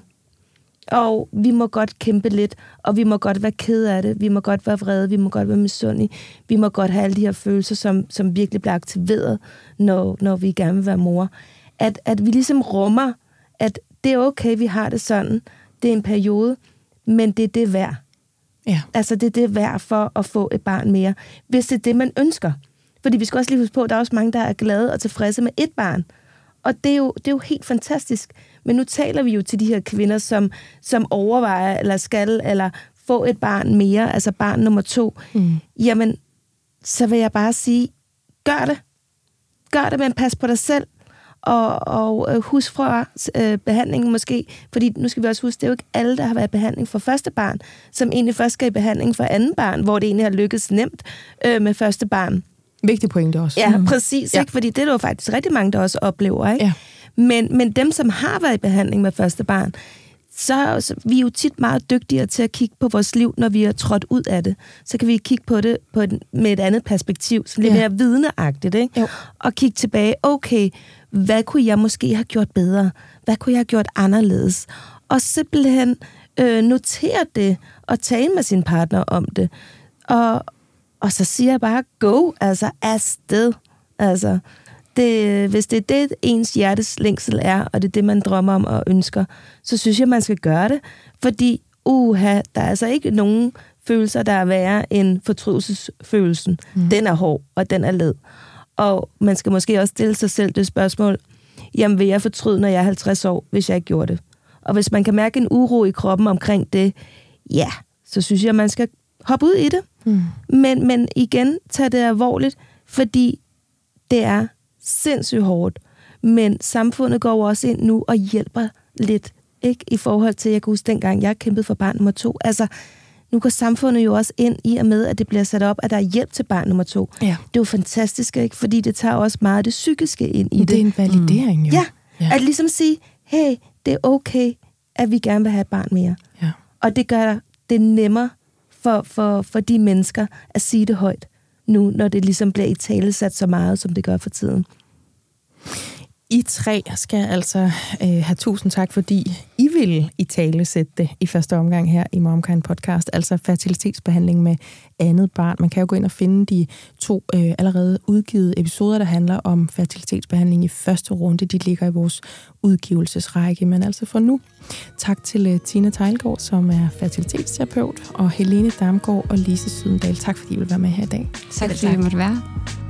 Og vi må godt kæmpe lidt, og vi må godt være kede af det, vi må godt være vrede, vi må godt være misundelige, vi må godt have alle de her følelser, som, som virkelig bliver aktiveret, når, når vi gerne vil være mor. At, at vi ligesom rummer, at det er okay, vi har det sådan, det er en periode, men det er det værd. Ja. Altså det er det værd for at få et barn mere, hvis det er det, man ønsker. Fordi vi skal også lige huske på, at der er også mange, der er glade og tilfredse med et barn. Og det er jo, det er jo helt fantastisk. Men nu taler vi jo til de her kvinder, som, som overvejer, eller skal, eller få et barn mere, altså barn nummer to. Mm. Jamen, så vil jeg bare sige, gør det. Gør det, men pas på dig selv. Og, og husk fra øh, behandlingen måske, fordi nu skal vi også huske, det er jo ikke alle, der har været i behandling for første barn, som egentlig først skal i behandling for anden barn, hvor det egentlig har lykkes nemt øh, med første barn. Vigtig pointe også. Ja, præcis. Ja. Ikke? Fordi det er der jo faktisk rigtig mange, der også oplever. Ikke? Ja. Men, men dem, som har været i behandling med første barn, så, så vi er jo tit meget dygtigere til at kigge på vores liv, når vi er trådt ud af det. Så kan vi kigge på det på et, med et andet perspektiv, så lidt ja. mere vidneagtigt. Ikke? Og kigge tilbage, okay, hvad kunne jeg måske have gjort bedre? Hvad kunne jeg have gjort anderledes? Og simpelthen øh, notere det, og tale med sin partner om det. Og Og så siger jeg bare, go, altså afsted. Altså, det, hvis det er det, ens hjertes længsel er, og det er det, man drømmer om og ønsker, så synes jeg, man skal gøre det. Fordi, uha, der er altså ikke nogen følelser, der er værre end fortrydelsesfølelsen. Mm. Den er hård, og den er led. Og man skal måske også stille sig selv det spørgsmål, jamen vil jeg fortryde, når jeg er halvtreds år, hvis jeg ikke gjorde det? Og hvis man kan mærke en uro i kroppen omkring det, ja, så synes jeg, man skal hoppe ud i det. Mm. Men, men igen, tag det alvorligt, fordi det er sindssygt hårdt. Men samfundet går også ind nu og hjælper lidt, ikke? I forhold til, jeg kan huske dengang, jeg kæmpede for barn nummer to. Altså, nu går samfundet jo også ind i og med, at det bliver sat op, at der er hjælp til barn nummer to. Ja. Det er jo fantastisk, ikke? Fordi det tager også meget af det psykiske ind i det. Det er en validering, mm. jo. Ja, ja, at ligesom sige, hey, det er okay, at vi gerne vil have et barn mere. Ja. Og det gør det nemmere For, for, for de mennesker at sige det højt nu, når det ligesom bliver i talesat så meget, som det gør for tiden. I tre skal altså øh, have tusind tak, fordi I ville i talesætte det i første omgang her i MomKind podcast, altså fertilitetsbehandling med andet barn. Man kan jo gå ind og finde de to øh, allerede udgivet episoder, der handler om fertilitetsbehandling i første runde. De ligger i vores udgivelsesrække, men altså for nu. Tak til øh, Tina Teilgaard, som er fertilitetsterapeut, og Helene Damgaard og Lise Sydendal. Tak fordi I vil være med her i dag. Tak fordi I måtte være.